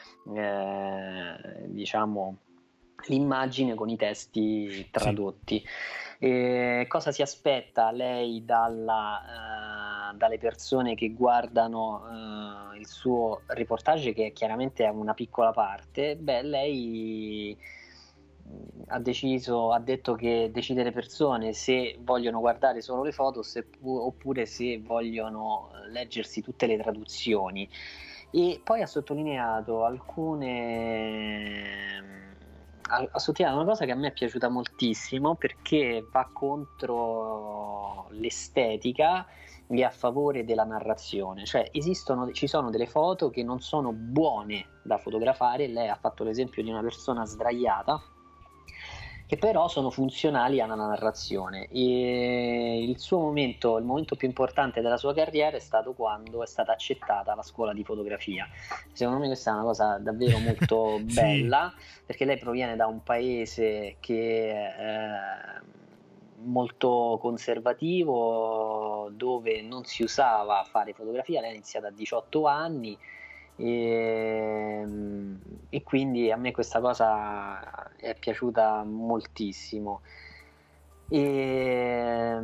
eh, diciamo l'immagine con i testi tradotti. Sì. E cosa si aspetta lei dalla, uh, dalle persone che guardano uh, il suo reportage, che chiaramente è una piccola parte? Beh, lei ha deciso, ha detto che decide le persone se vogliono guardare solo le foto se, oppure se vogliono leggersi tutte le traduzioni, e poi ha sottolineato alcune ha sottolineato una cosa che a me è piaciuta moltissimo, perché va contro l'estetica e a favore della narrazione. Cioè esistono, ci sono delle foto che non sono buone da fotografare. Lei ha fatto l'esempio di una persona sdraiata, che però sono funzionali alla narrazione, e il suo momento, il momento più importante della sua carriera è stato quando è stata accettata alla scuola di fotografia. Secondo me questa è una cosa davvero molto bella, sì, perché lei proviene da un paese che è molto conservativo, dove non si usava fare fotografia. Lei ha iniziato a diciotto anni, E, e quindi a me questa cosa è piaciuta moltissimo. E,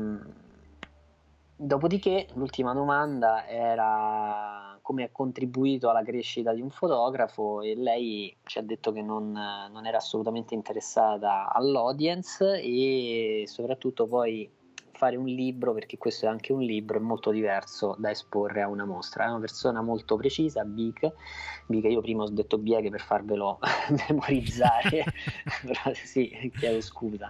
dopodiché l'ultima domanda era come ha contribuito alla crescita di un fotografo, e lei ci ha detto che non, non era assolutamente interessata all'audience, e soprattutto poi fare un libro, perché questo è anche un libro, è molto diverso da esporre a una mostra. È una persona molto precisa, Bic, Bic io prima ho detto Bieghe per farvelo memorizzare, però sì, chiedo scusa.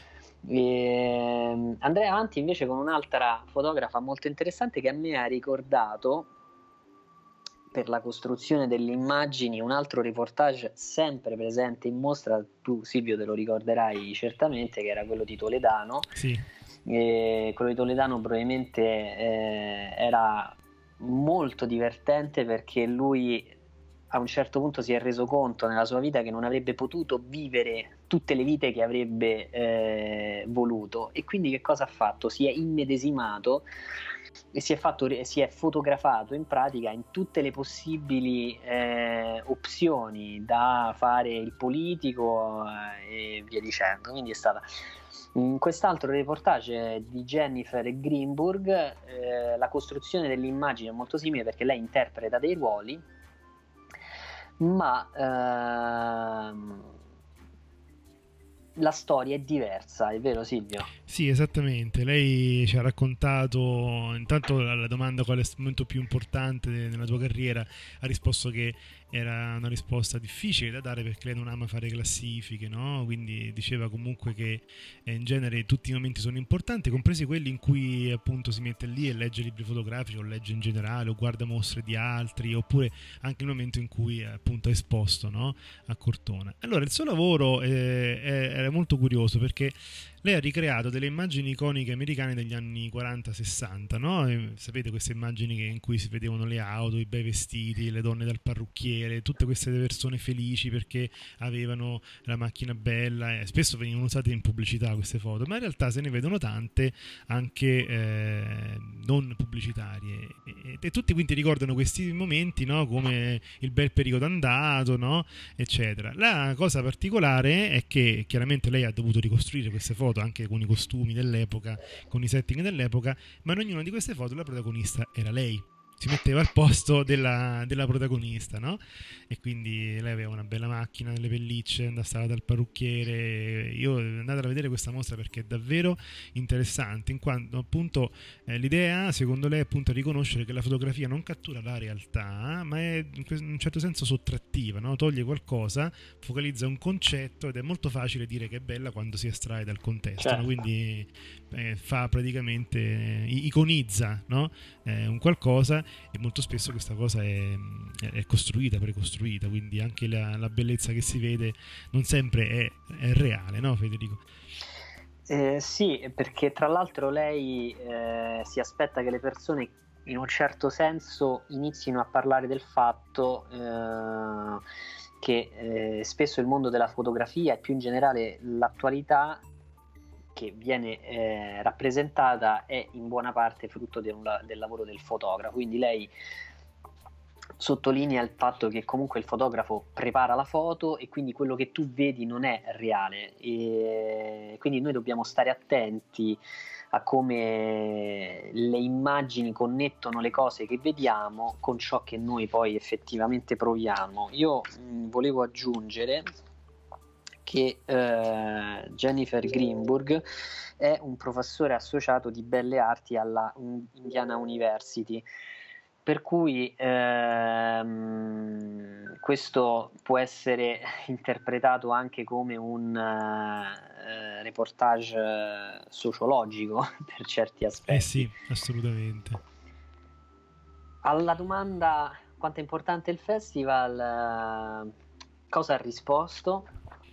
E andrei avanti invece con un'altra fotografa molto interessante che a me ha ricordato, per la costruzione delle immagini, un altro reportage sempre presente in mostra. Tu, Silvio, te lo ricorderai certamente, che era quello di Toledano. Sì. E quello di Toledano probabilmente eh, era molto divertente, perché lui a un certo punto si è reso conto nella sua vita che non avrebbe potuto vivere tutte le vite che avrebbe eh, voluto, e quindi che cosa ha fatto? Si è immedesimato e si è, fatto, si è fotografato in pratica in tutte le possibili eh, opzioni, da fare il politico eh, e via dicendo. Quindi è stata in quest'altro reportage di Jennifer Greenburg, eh, la costruzione dell'immagine è molto simile, perché lei interpreta dei ruoli, ma ehm, la storia è diversa, è vero Silvio? Sì, esattamente. Lei ci ha raccontato, intanto alla domanda qual è il momento più importante nella tua carriera, ha risposto che era una risposta difficile da dare, perché lei non ama fare classifiche, no? Quindi diceva comunque che eh, in genere tutti i momenti sono importanti, compresi quelli in cui appunto si mette lì e legge libri fotografici, o legge in generale, o guarda mostre di altri, oppure anche il momento in cui appunto è esposto, no? A Cortona. Allora il suo lavoro eh, era è molto curioso perché lei ha ricreato delle immagini iconiche americane degli anni quaranta sessanta, no? E sapete queste immagini che, in cui si vedevano le auto, i bei vestiti, le donne dal parrucchiere, tutte queste persone felici perché avevano la macchina bella, e spesso venivano usate in pubblicità queste foto, ma in realtà se ne vedono tante anche eh, non pubblicitarie, e, e tutti quindi ricordano questi momenti, no? Come il bel periodo andato, no? Eccetera. La cosa particolare è che chiaramente lei ha dovuto ricostruire queste foto anche con i costumi dell'epoca, con i setting dell'epoca, ma in ognuna di queste foto la protagonista era lei, si metteva al posto della, della protagonista, no? E quindi lei aveva una bella macchina, delle pellicce, andava dal parrucchiere. Io andate a vedere questa mostra perché è davvero interessante, in quanto appunto eh, l'idea secondo lei appunto è riconoscere che la fotografia non cattura la realtà, ma è in un certo senso sottrattiva, no? Toglie qualcosa, focalizza un concetto, ed è molto facile dire che è bella quando si estrae dal contesto, certo. No? Quindi eh, fa praticamente eh, iconizza, no? eh, un qualcosa, e molto spesso questa cosa è, è costruita, precostruita, quindi anche la, la bellezza che si vede non sempre è, è reale, no Federico? Eh, sì, perché tra l'altro lei eh, si aspetta che le persone in un certo senso inizino a parlare del fatto eh, che eh, spesso il mondo della fotografia e più in generale l'attualità che viene eh, rappresentata è in buona parte frutto del, del lavoro del fotografo, quindi lei sottolinea il fatto che comunque il fotografo prepara la foto e quindi quello che tu vedi non è reale, e quindi noi dobbiamo stare attenti a come le immagini connettono le cose che vediamo con ciò che noi poi effettivamente proviamo. Io mh, volevo aggiungere che eh, Jennifer Greenburg è un professore associato di belle arti alla Indiana University, per cui ehm, questo può essere interpretato anche come un uh, reportage sociologico per certi aspetti. Eh sì, assolutamente. Alla domanda quanto è importante il festival, uh, cosa ha risposto?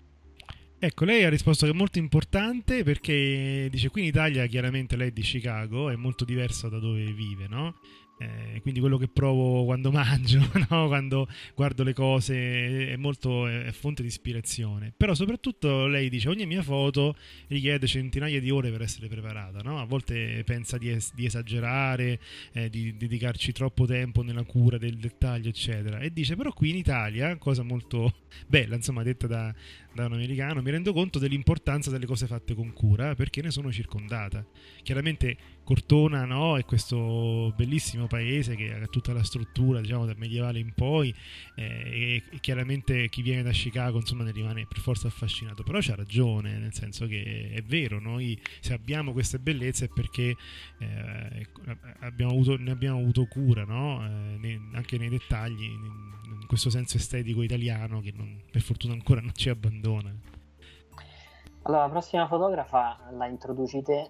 Ecco, lei ha risposto che è molto importante perché dice qui in Italia, chiaramente lei è di Chicago, è molto diversa da dove vive, no? Eh, quindi quello che provo quando mangio, no? Quando guardo le cose è molto è fonte di ispirazione. Però soprattutto lei dice ogni mia foto richiede centinaia di ore per essere preparata, no? A volte pensa di, es- di esagerare, eh, di dedicarci troppo tempo nella cura del dettaglio, eccetera. E dice però qui in Italia, cosa molto bella, insomma, detta da, da un americano, mi rendo conto dell'importanza delle cose fatte con cura perché ne sono circondata. Chiaramente Cortona, no? È questo bellissimo paese che ha tutta la struttura, diciamo, dal medievale in poi, eh, e chiaramente chi viene da Chicago, insomma, ne rimane per forza affascinato. Però c'ha ragione, nel senso che è vero, noi se abbiamo queste bellezze è perché eh, abbiamo avuto, ne abbiamo avuto cura, no? Eh, ne, anche nei dettagli, in, in questo senso estetico italiano che non, per fortuna ancora non ci abbandona. Allora, la prossima fotografa la introduci te?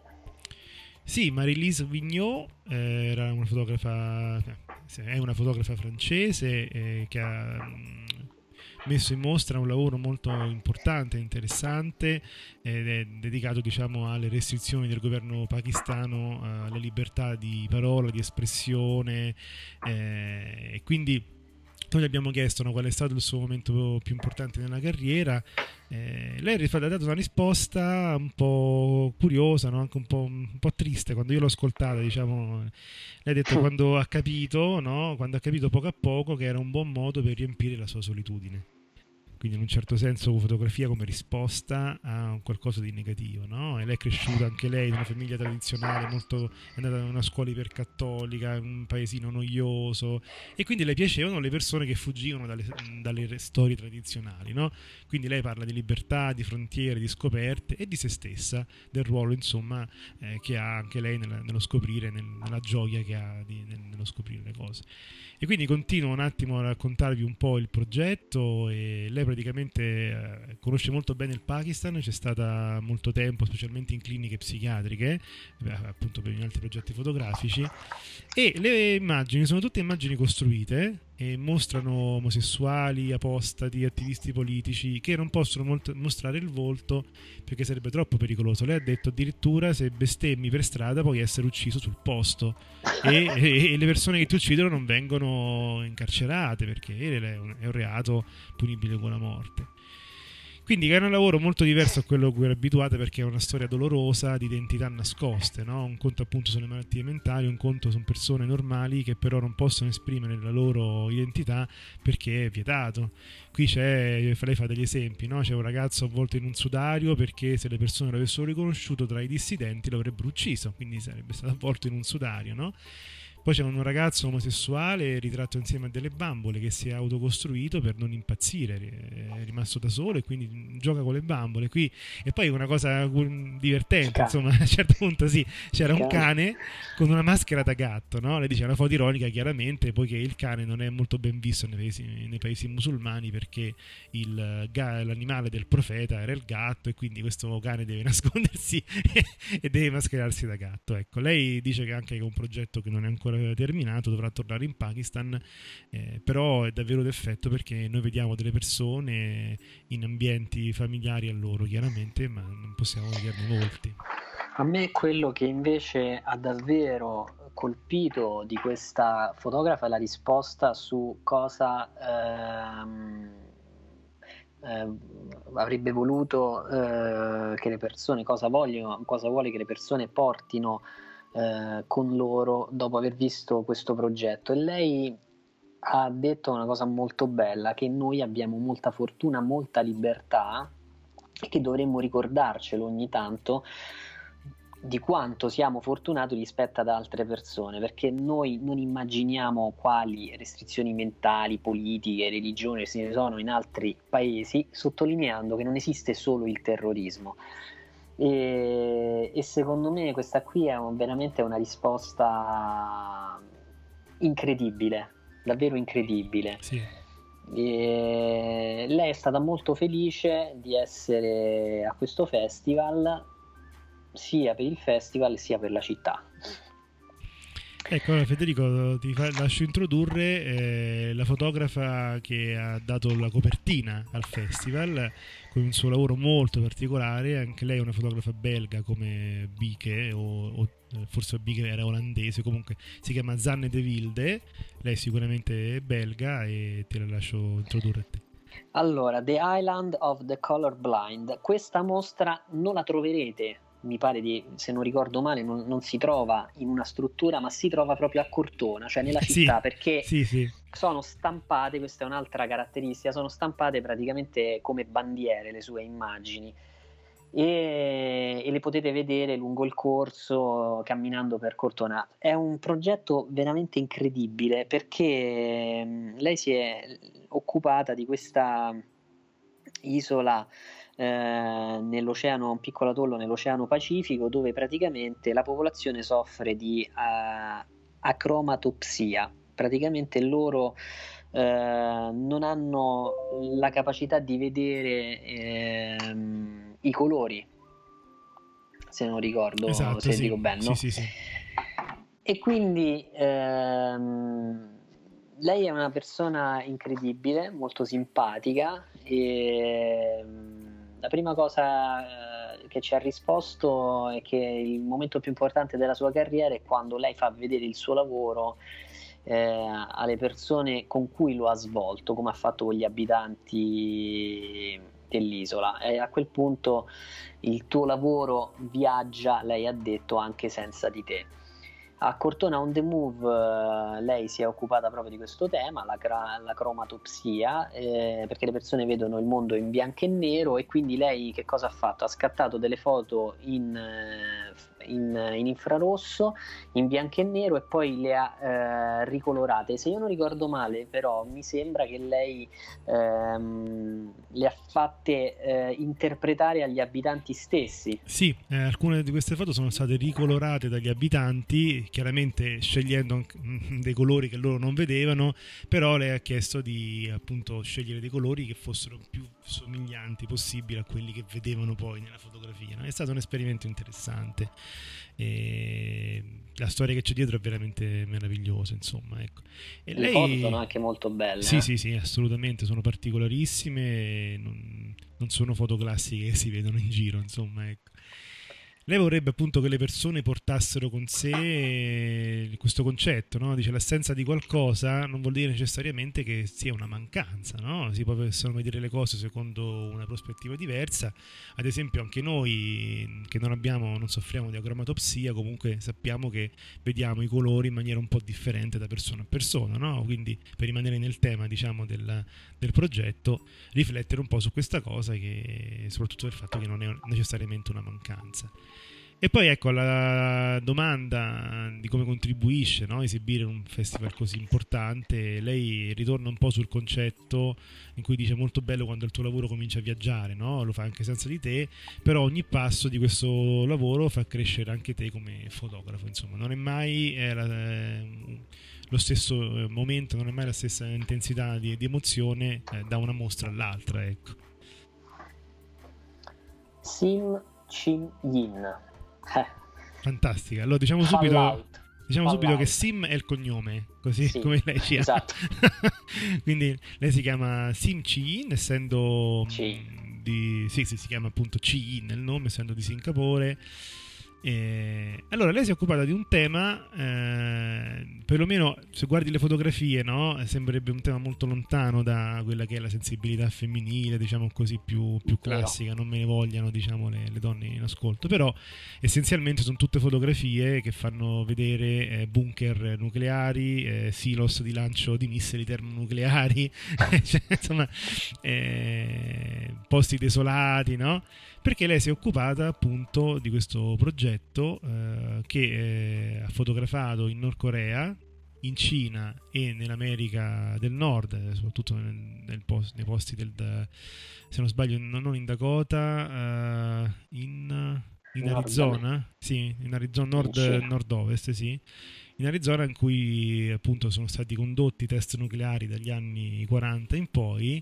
Sì, Marie-Lise Vigneault eh, era una fotografa, è una fotografa francese eh, che ha mh, messo in mostra un lavoro molto importante e interessante ed è dedicato, diciamo, alle restrizioni del governo pakistano eh, alle libertà di parola, di espressione, eh, e quindi noi gli abbiamo chiesto, no, qual è stato il suo momento più importante nella carriera. Eh, lei ha dato una risposta un po' curiosa, no? Anche un po', un po' triste. Quando io l'ho ascoltata, diciamo, lei ha detto quando ha capito, no? Quando ha capito poco a poco che era un buon modo per riempire la sua solitudine. Quindi in un certo senso fotografia come risposta a un qualcosa di negativo, no? E lei è cresciuta anche lei in una famiglia tradizionale, molto, è andata in una scuola ipercattolica, in un paesino noioso, e quindi le piacevano le persone che fuggivano dalle, dalle storie tradizionali, no? Quindi lei parla di libertà, di frontiere, di scoperte e di se stessa, del ruolo, insomma, eh, che ha anche lei nel, nello scoprire, nel, nella gioia che ha di, nel, nello scoprire le cose. E quindi continuo un attimo a raccontarvi un po' il progetto. E lei praticamente eh, conosce molto bene il Pakistan, c'è stata molto tempo, specialmente in cliniche psichiatriche, eh, appunto per gli altri progetti fotografici, e le immagini sono tutte immagini costruite e mostrano omosessuali, apostati, attivisti politici che non possono molt- mostrare il volto perché sarebbe troppo pericoloso. Lei ha detto addirittura se bestemmi per strada puoi essere ucciso sul posto e, e, e le persone che ti uccidono non vengono incarcerate perché è un, è un reato punibile con la morte. Quindi è un lavoro molto diverso a quello a cui ero abituata, perché è una storia dolorosa di identità nascoste, no? Un conto appunto sono le malattie mentali, un conto sono persone normali che però non possono esprimere la loro identità perché è vietato. Qui c'è, lei fa degli esempi, no? C'è un ragazzo avvolto in un sudario perché se le persone lo avessero riconosciuto tra i dissidenti lo avrebbero ucciso, quindi sarebbe stato avvolto in un sudario, no? Poi c'è un ragazzo omosessuale ritratto insieme a delle bambole che si è autocostruito per non impazzire, è rimasto da solo e quindi gioca con le bambole qui. E poi una cosa divertente, insomma, a un certo punto sì, c'era un cane con una maschera da gatto, no? Lei dice è una foto ironica chiaramente, poiché il cane non è molto ben visto nei paesi, nei paesi musulmani perché il, l'animale del profeta era il gatto e quindi questo cane deve nascondersi e deve mascherarsi da gatto. Ecco, lei dice che anche che è un progetto che non è ancora terminato, dovrà tornare in Pakistan, eh, però è davvero d'effetto perché noi vediamo delle persone in ambienti familiari a loro chiaramente, ma non possiamo vederne molti. A me quello che invece ha davvero colpito di questa fotografa è la risposta su cosa ehm, eh, avrebbe voluto eh, che le persone, cosa vogliono, cosa vuole che le persone portino Eh, con loro dopo aver visto questo progetto. E lei ha detto una cosa molto bella, che noi abbiamo molta fortuna, molta libertà e che dovremmo ricordarcelo ogni tanto di quanto siamo fortunati rispetto ad altre persone, perché noi non immaginiamo quali restrizioni mentali, politiche, religioni se ne sono in altri paesi, sottolineando che non esiste solo il terrorismo. E, e secondo me questa qui è un, veramente una risposta incredibile, davvero incredibile. Sì. E lei è stata molto felice di essere a questo festival, sia per il festival sia per la città. Ecco, allora Federico, ti fa, lascio introdurre eh, la fotografa che ha dato la copertina al festival con un suo lavoro molto particolare. Anche lei è una fotografa belga come Bieke, o, o forse Bieke era olandese, comunque si chiama Zanne de Wilde. Lei sicuramente è belga e te la lascio introdurre a te. Allora, The Island of the Colorblind, questa mostra non la troverete, mi pare di, se non ricordo male, non, non si trova in una struttura, ma si trova proprio a Cortona, cioè nella città, sì, perché sì, sì. sono stampate, questa è un'altra caratteristica, sono stampate praticamente come bandiere le sue immagini e, e le potete vedere lungo il corso camminando per Cortona. È un progetto veramente incredibile perché lei si è occupata di questa isola Eh, nell'oceano, un piccolo atollo nell'oceano Pacifico, dove praticamente la popolazione soffre di uh, acromatopsia. Praticamente loro uh, non hanno la capacità di vedere ehm, i colori, se non ricordo, esatto, se sì. dico bene, no? Sì, sì, sì. E quindi ehm, lei è una persona incredibile, molto simpatica e la prima cosa che ci ha risposto è che il momento più importante della sua carriera è quando lei fa vedere il suo lavoro eh, alle persone con cui lo ha svolto, come ha fatto con gli abitanti dell'isola, e a quel punto il tuo lavoro viaggia, lei ha detto, anche senza di te. A Cortona on the Move eh, lei si è occupata proprio di questo tema, la, cra- la cromatopsia, eh, perché le persone vedono il mondo in bianco e nero, e quindi lei che cosa ha fatto? Ha scattato delle foto in, in, in infrarosso, in bianco e nero, e poi le ha eh, ricolorate. Se io non ricordo male, però, mi sembra che lei ehm, le ha fatte eh, interpretare agli abitanti stessi. Sì, eh, alcune di queste foto sono state ricolorate dagli abitanti, chiaramente scegliendo dei colori che loro non vedevano, però lei ha chiesto di appunto scegliere dei colori che fossero più somiglianti possibile a quelli che vedevano poi nella fotografia, no? È stato un esperimento interessante. e la storia che c'è dietro è veramente meravigliosa, insomma, ecco. E Le lei... foto sono anche molto belle. Sì, eh? sì, sì, assolutamente, sono particolarissime, non, non sono foto classiche che si vedono in giro, insomma, ecco. Lei vorrebbe appunto che le persone portassero con sé questo concetto, no? Dice l'assenza di qualcosa non vuol dire necessariamente che sia una mancanza, no? Si possono vedere le cose secondo una prospettiva diversa. Ad esempio anche noi che non abbiamo, non soffriamo di acromatopsia, comunque sappiamo che vediamo i colori in maniera un po' differente da persona a persona, no? Quindi per rimanere nel tema, diciamo, del, del progetto, riflettere un po' su questa cosa, che soprattutto del fatto che non è necessariamente una mancanza. E poi ecco la domanda di come contribuisce, no, esibire un festival così importante. Lei ritorna un po' sul concetto in cui dice molto bello quando il tuo lavoro comincia a viaggiare, no? Lo fa anche senza di te, però ogni passo di questo lavoro fa crescere anche te come fotografo, insomma non è mai eh, la, eh, lo stesso momento, non è mai la stessa intensità di, di emozione eh, da una mostra all'altra, ecco. Sim Chin Yin. Eh. Fantastica. Allora diciamo subito, Fallout. diciamo subito Fallout. che Sim è il cognome, così Sì, come lei ci ha. esatto. Quindi lei si chiama Sim Chi-yin, essendo Sì. mh, di sì, sì, si chiama appunto Chi-yin il nome, essendo di Singapore. E allora lei si è occupata di un tema, eh, perlomeno se guardi le fotografie, no? Sembrerebbe un tema molto lontano da quella che è la sensibilità femminile, diciamo così, più, più classica, non me ne vogliano, diciamo, le, le donne in ascolto, però essenzialmente sono tutte fotografie che fanno vedere eh, bunker nucleari, eh, silos di lancio di missili termonucleari, cioè, insomma, eh, posti desolati, no? Perché lei si è occupata appunto di questo progetto eh, che eh, ha fotografato in Nord Corea, in Cina e nell'America del Nord, soprattutto nel, nel post, nei posti del, se non sbaglio, non in Dakota, uh, in, in Arizona, sì, in Arizona, nord, nord-ovest, sì, in Arizona, in cui appunto sono stati condotti test nucleari dagli anni quaranta in poi.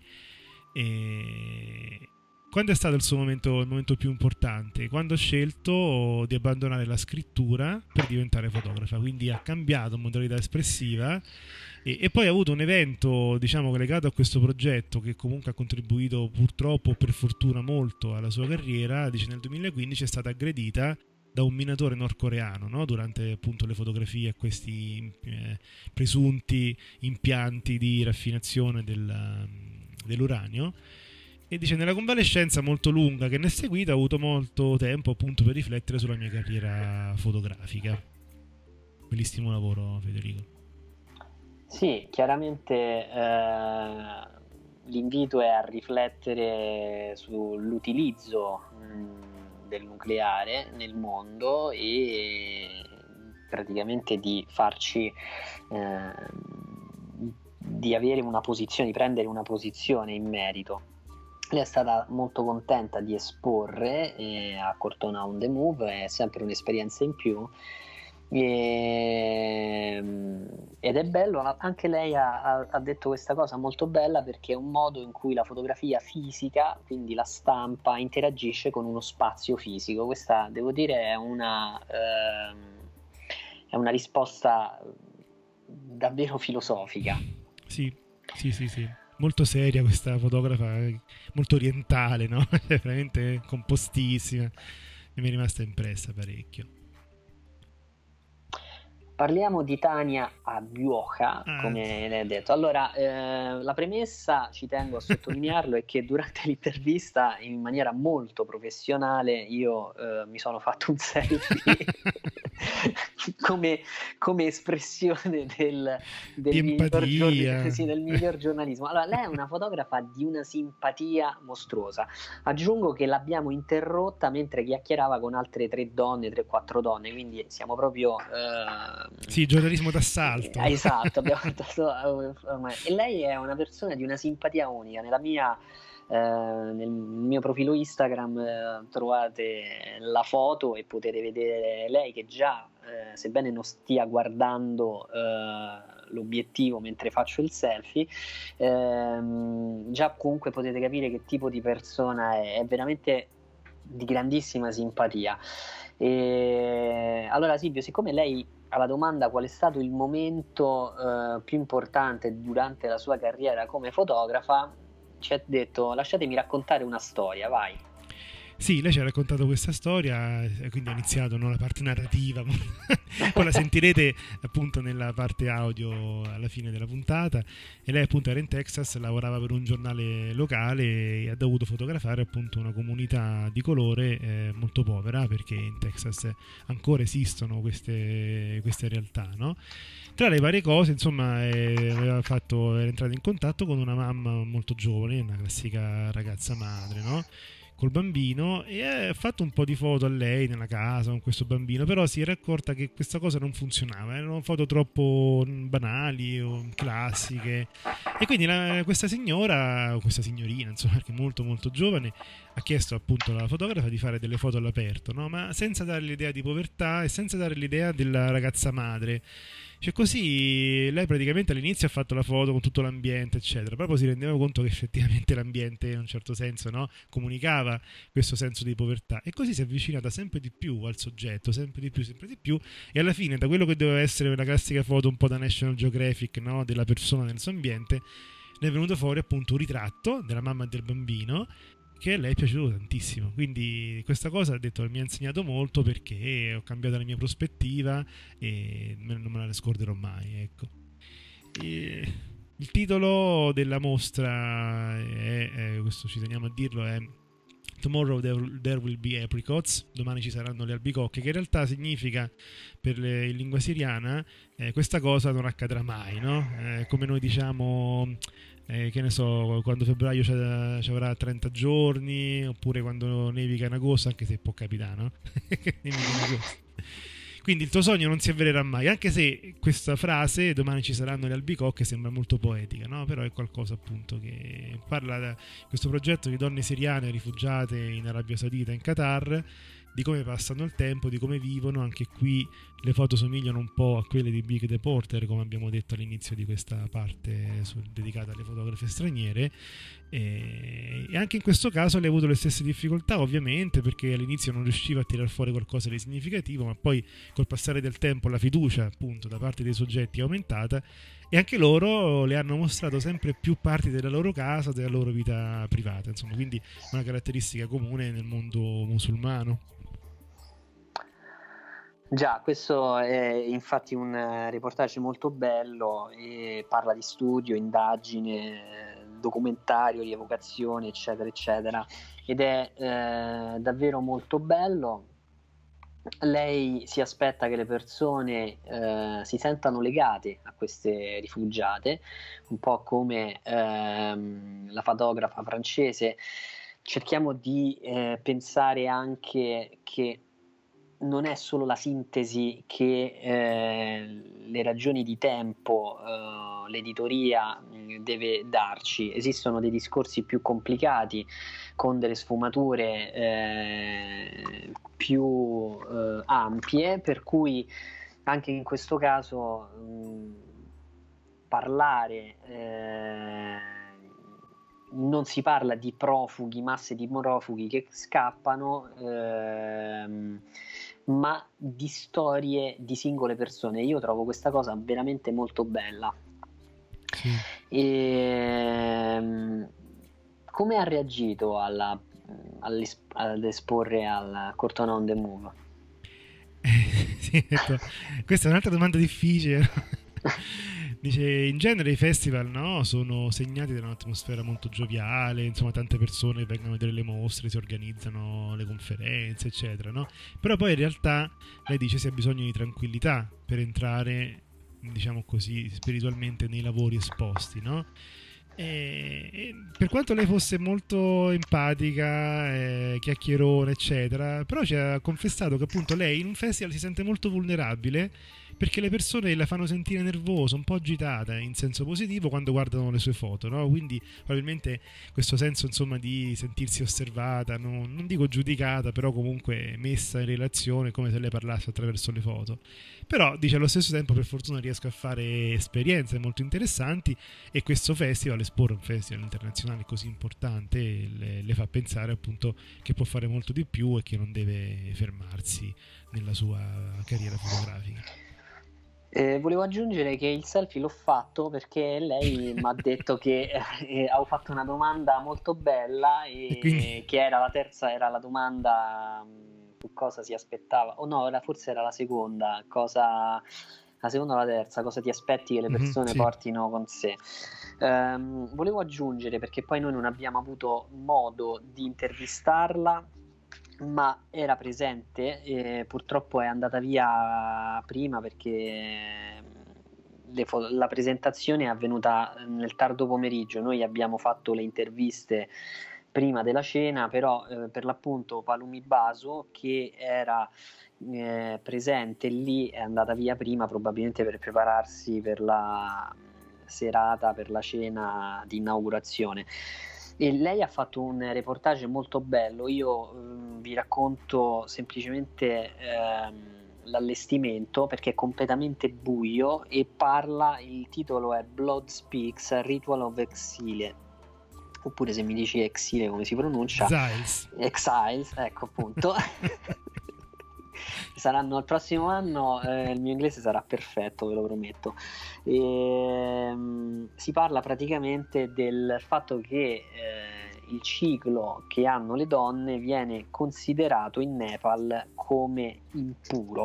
E quando è stato il suo momento, il momento più importante? Quando ha scelto di abbandonare la scrittura per diventare fotografa, quindi ha cambiato modalità espressiva e, e poi ha avuto un evento, diciamo, legato a questo progetto che comunque ha contribuito purtroppo, per fortuna, molto alla sua carriera. Dice nel duemilaquindici è stata aggredita da un minatore nordcoreano, no? Durante appunto le fotografie a questi eh, presunti impianti di raffinazione del, dell'uranio. E dice nella convalescenza molto lunga che ne è seguita ho avuto molto tempo appunto per riflettere sulla mia carriera fotografica. Bellissimo lavoro, Federico. Sì, chiaramente eh, l'invito è a riflettere sull'utilizzo mh, del nucleare nel mondo e praticamente di farci eh, di avere una posizione, di prendere una posizione in merito. Lei è stata molto contenta di esporre eh, a Cortona on the Move, è sempre un'esperienza in più e, ed è bello, anche lei ha, ha detto questa cosa molto bella perché è un modo in cui la fotografia fisica, quindi la stampa, interagisce con uno spazio fisico. Questa, devo dire, è una, eh, è una risposta davvero filosofica. Sì, sì, sì, sì. Molto seria questa fotografa, molto orientale, no? Veramente compostissima e mi è rimasta impressa parecchio. Parliamo di Tania Abioha, ah. come lei ha detto. Allora, eh, la premessa, ci tengo a sottolinearlo, è che durante l'intervista, in maniera molto professionale, io eh, mi sono fatto un selfie come, come espressione del, del, miglior giorn- sì, del miglior giornalismo. Allora, lei è una fotografa di una simpatia mostruosa. Aggiungo che l'abbiamo interrotta mentre chiacchierava con altre tre donne, tre quattro donne, quindi siamo proprio... Eh, Sì, giornalismo d'assalto. Eh, esatto, abbiamo fatto, e lei è una persona di una simpatia unica. Nella mia, eh, nel mio profilo Instagram eh, trovate la foto e potete vedere lei che già, eh, sebbene non stia guardando eh, l'obiettivo mentre faccio il selfie, ehm, già comunque potete capire che tipo di persona è. È veramente di grandissima simpatia. E allora Silvio, siccome lei alla domanda qual è stato il momento eh, più importante durante la sua carriera come fotografa, ci ha detto lasciatemi raccontare una storia, vai. Sì, lei ci ha raccontato questa storia, quindi ha iniziato, no, la parte narrativa, poi la sentirete appunto nella parte audio alla fine della puntata. E lei appunto era in Texas, lavorava per un giornale locale e ha dovuto fotografare appunto una comunità di colore eh, molto povera, perché in Texas ancora esistono queste, queste realtà, no? Tra le varie cose, insomma, eh, aveva fatto, era entrato in contatto con una mamma molto giovane, una classica ragazza madre, no? Col bambino, e ha fatto un po' di foto a lei nella casa con questo bambino, però si era accorta che questa cosa non funzionava, erano foto troppo banali o classiche, e quindi la, questa signora, o questa signorina, insomma, che è molto molto giovane, ha chiesto appunto alla fotografa di fare delle foto all'aperto, no? Ma senza dare l'idea di povertà e senza dare l'idea della ragazza madre. Cioè, così lei praticamente all'inizio ha fatto la foto con tutto l'ambiente, eccetera, però poi si rendeva conto che effettivamente l'ambiente in un certo senso, no, comunicava questo senso di povertà, e così si è avvicinata sempre di più al soggetto, sempre di più, sempre di più, e alla fine da quello che doveva essere una classica foto un po' da National Geographic, no, della persona nel suo ambiente, ne è venuto fuori appunto un ritratto della mamma e del bambino che a lei è piaciuto tantissimo. Quindi questa cosa, ha detto, mi ha insegnato molto, perché ho cambiato la mia prospettiva e non me la scorderò mai, ecco. E il titolo della mostra è, è, questo ci teniamo a dirlo, è Tomorrow there will be apricots, domani ci saranno le albicocche, che in realtà significa, per le, in lingua siriana, eh, questa cosa non accadrà mai, no? Eh, come noi diciamo, eh, che ne so, quando febbraio ci avrà trenta giorni, oppure quando nevica in agosto, anche se può capitare, no? Quindi il tuo sogno non si avvererà mai, anche se questa frase, domani ci saranno le albicocche, sembra molto poetica, no? Però è qualcosa appunto che parla da questo progetto di donne siriane rifugiate in Arabia Saudita, in Qatar, di come passano il tempo, di come vivono. Anche qui le foto somigliano un po' a quelle di Big Deporter, come abbiamo detto all'inizio di questa parte su, dedicata alle fotografe straniere, e, e anche in questo caso lei ha avuto le stesse difficoltà, ovviamente, perché all'inizio non riusciva a tirar fuori qualcosa di significativo, ma poi col passare del tempo la fiducia appunto da parte dei soggetti è aumentata, e anche loro le hanno mostrato sempre più parti della loro casa, della loro vita privata, insomma, quindi una caratteristica comune nel mondo musulmano. Già, questo è infatti un reportage molto bello, e parla di studio, indagine, documentario, rievocazione, eccetera, eccetera, ed è eh, davvero molto bello. Lei si aspetta che le persone eh, si sentano legate a queste rifugiate, un po' come ehm, la fotografa francese. Cerchiamo di eh, pensare anche che non è solo la sintesi che eh, le ragioni di tempo eh, l'editoria mh, deve darci, esistono dei discorsi più complicati con delle sfumature eh, più eh, ampie, per cui anche in questo caso mh, parlare eh, non si parla di profughi, masse di profughi che scappano, ehm, ma di storie di singole persone. Io trovo questa cosa veramente molto bella. Sì. E, come ha reagito alla, ad esporre al Courton on the Move? Eh, sì, ecco. Questa è un'altra domanda difficile. Dice, in genere i festival, no, sono segnati da un'atmosfera molto gioviale, insomma tante persone vengono a vedere le mostre, si organizzano le conferenze, eccetera, no? Però poi in realtà lei dice si ha bisogno di tranquillità per entrare, diciamo così, spiritualmente nei lavori esposti, no? E, e per quanto lei fosse molto empatica, eh, chiacchierone, eccetera, però ci ha confessato che appunto lei in un festival si sente molto vulnerabile, perché le persone la fanno sentire nervosa, un po' agitata in senso positivo quando guardano le sue foto, no? Quindi probabilmente questo senso, insomma, di sentirsi osservata, no? Non dico giudicata, però comunque messa in relazione come se lei parlasse attraverso le foto. Però dice allo stesso tempo, per fortuna riesco a fare esperienze molto interessanti, e questo festival, esporre un festival internazionale così importante, le, le fa pensare appunto che può fare molto di più e che non deve fermarsi nella sua carriera fotografica. Eh, volevo aggiungere che il selfie l'ho fatto perché lei mi ha detto che eh, avevo fatto una domanda molto bella e, E quindi- che era la terza, era la domanda mh, su cosa si aspettava, o no, era, forse era la seconda, cosa, la seconda o la terza, cosa ti aspetti che le Mhm, persone sì. portino con sé. Ehm, volevo aggiungere, perché poi noi non abbiamo avuto modo di intervistarla, ma era presente, e purtroppo è andata via prima perché le fo- la presentazione è avvenuta nel tardo pomeriggio. Noi abbiamo fatto le interviste prima della cena, però eh, per l'appunto Palumi Baso, che era eh, presente lì, è andata via prima, probabilmente per prepararsi per la serata, per la cena di inaugurazione. E lei ha fatto un reportage molto bello. Io ehm, vi racconto semplicemente ehm, l'allestimento, perché è completamente buio e parla, il titolo è Blood Speaks, A Ritual of Exile, oppure se mi dici exile come si pronuncia, Ziles. Exiles, ecco appunto. Saranno il prossimo anno, eh, il mio inglese sarà perfetto, ve lo prometto. Ehm, si parla praticamente del fatto che eh, il ciclo che hanno le donne viene considerato in Nepal come impuro,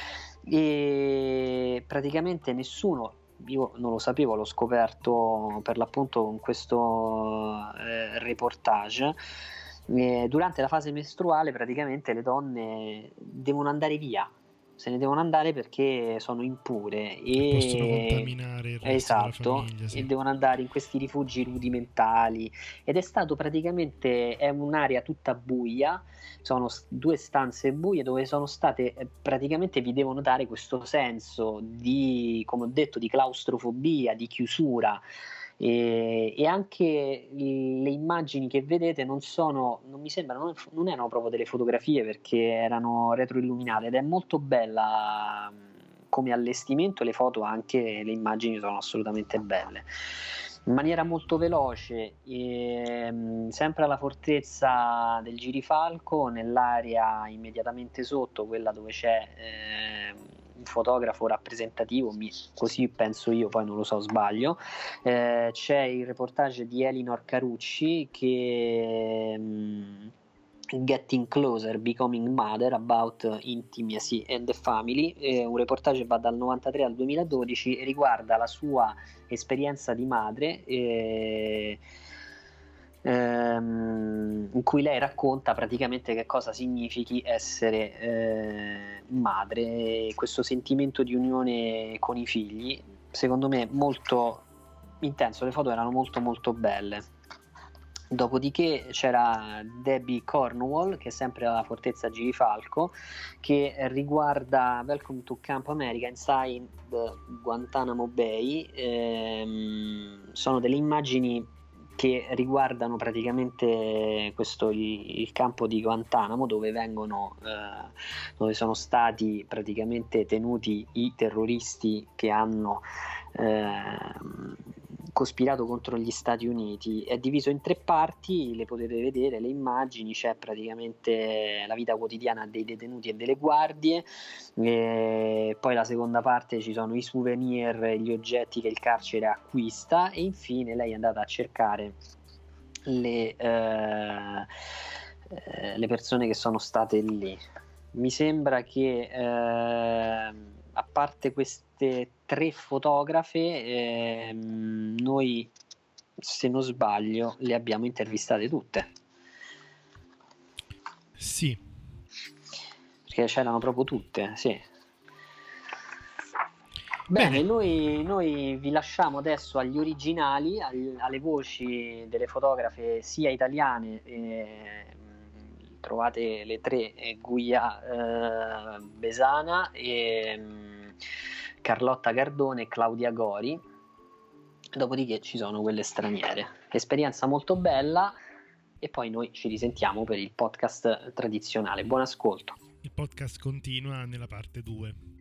e praticamente nessuno, io non lo sapevo, l'ho scoperto per l'appunto con questo eh, reportage. Eh, durante la fase mestruale praticamente le donne devono andare via, se ne devono andare perché sono impure E possono e contaminare il resto della esatto, famiglia, e sì. devono andare in questi rifugi rudimentali, ed è stato praticamente, è un'area tutta buia, sono s- due stanze buie dove sono state eh, praticamente, vi devono dare questo senso di, come ho detto, di claustrofobia, di chiusura. E, e anche le immagini che vedete non sono, non mi sembrano, non, non erano proprio delle fotografie perché erano retroilluminate, ed è molto bella mh, come allestimento. Le foto, anche le immagini sono assolutamente belle. In maniera molto veloce, ehm, sempre alla fortezza del Girifalco, nell'area immediatamente sotto, quella dove c'è ehm, un fotografo rappresentativo, mi- così penso io, poi non lo so, sbaglio. Eh, c'è il reportage di Elinor Carucci che mh, Getting Closer, Becoming Mother, About Intimacy and the Family, eh, un reportage che va dal novantatré al duemiladodici e riguarda la sua esperienza di madre, eh, ehm, in cui lei racconta praticamente che cosa significhi essere eh, madre, e questo sentimento di unione con i figli, secondo me molto intenso. Le foto erano molto molto belle. Dopodiché c'era Debbie Cornwall, che è sempre alla fortezza Girifalco, che riguarda Welcome to Camp America Inside Guantanamo Bay. Ehm, sono delle immagini che riguardano praticamente questo, il, il campo di Guantanamo, dove vengono eh, dove sono stati praticamente tenuti i terroristi che hanno ehm, cospirato contro gli Stati Uniti. È diviso in tre parti, le potete vedere le immagini. C'è praticamente la vita quotidiana dei detenuti e delle guardie, e poi la seconda parte ci sono i souvenir, gli oggetti che il carcere acquista, e infine lei è andata a cercare le, eh, eh, le persone che sono state lì. Mi sembra che eh, a parte queste tre fotografe, ehm, noi, se non sbaglio, le abbiamo intervistate tutte, Sì. perché c'erano proprio tutte, sì. Bene, Bene. noi, noi vi lasciamo adesso agli originali, al- alle voci delle fotografe sia italiane, eh, mh, trovate le tre, eh, Guia, eh, Besana e mh, Carlotta Gardone e Claudia Gori, dopodiché ci sono quelle straniere. Esperienza molto bella, e poi noi ci risentiamo per il podcast tradizionale. Buon ascolto. Il podcast continua nella parte due.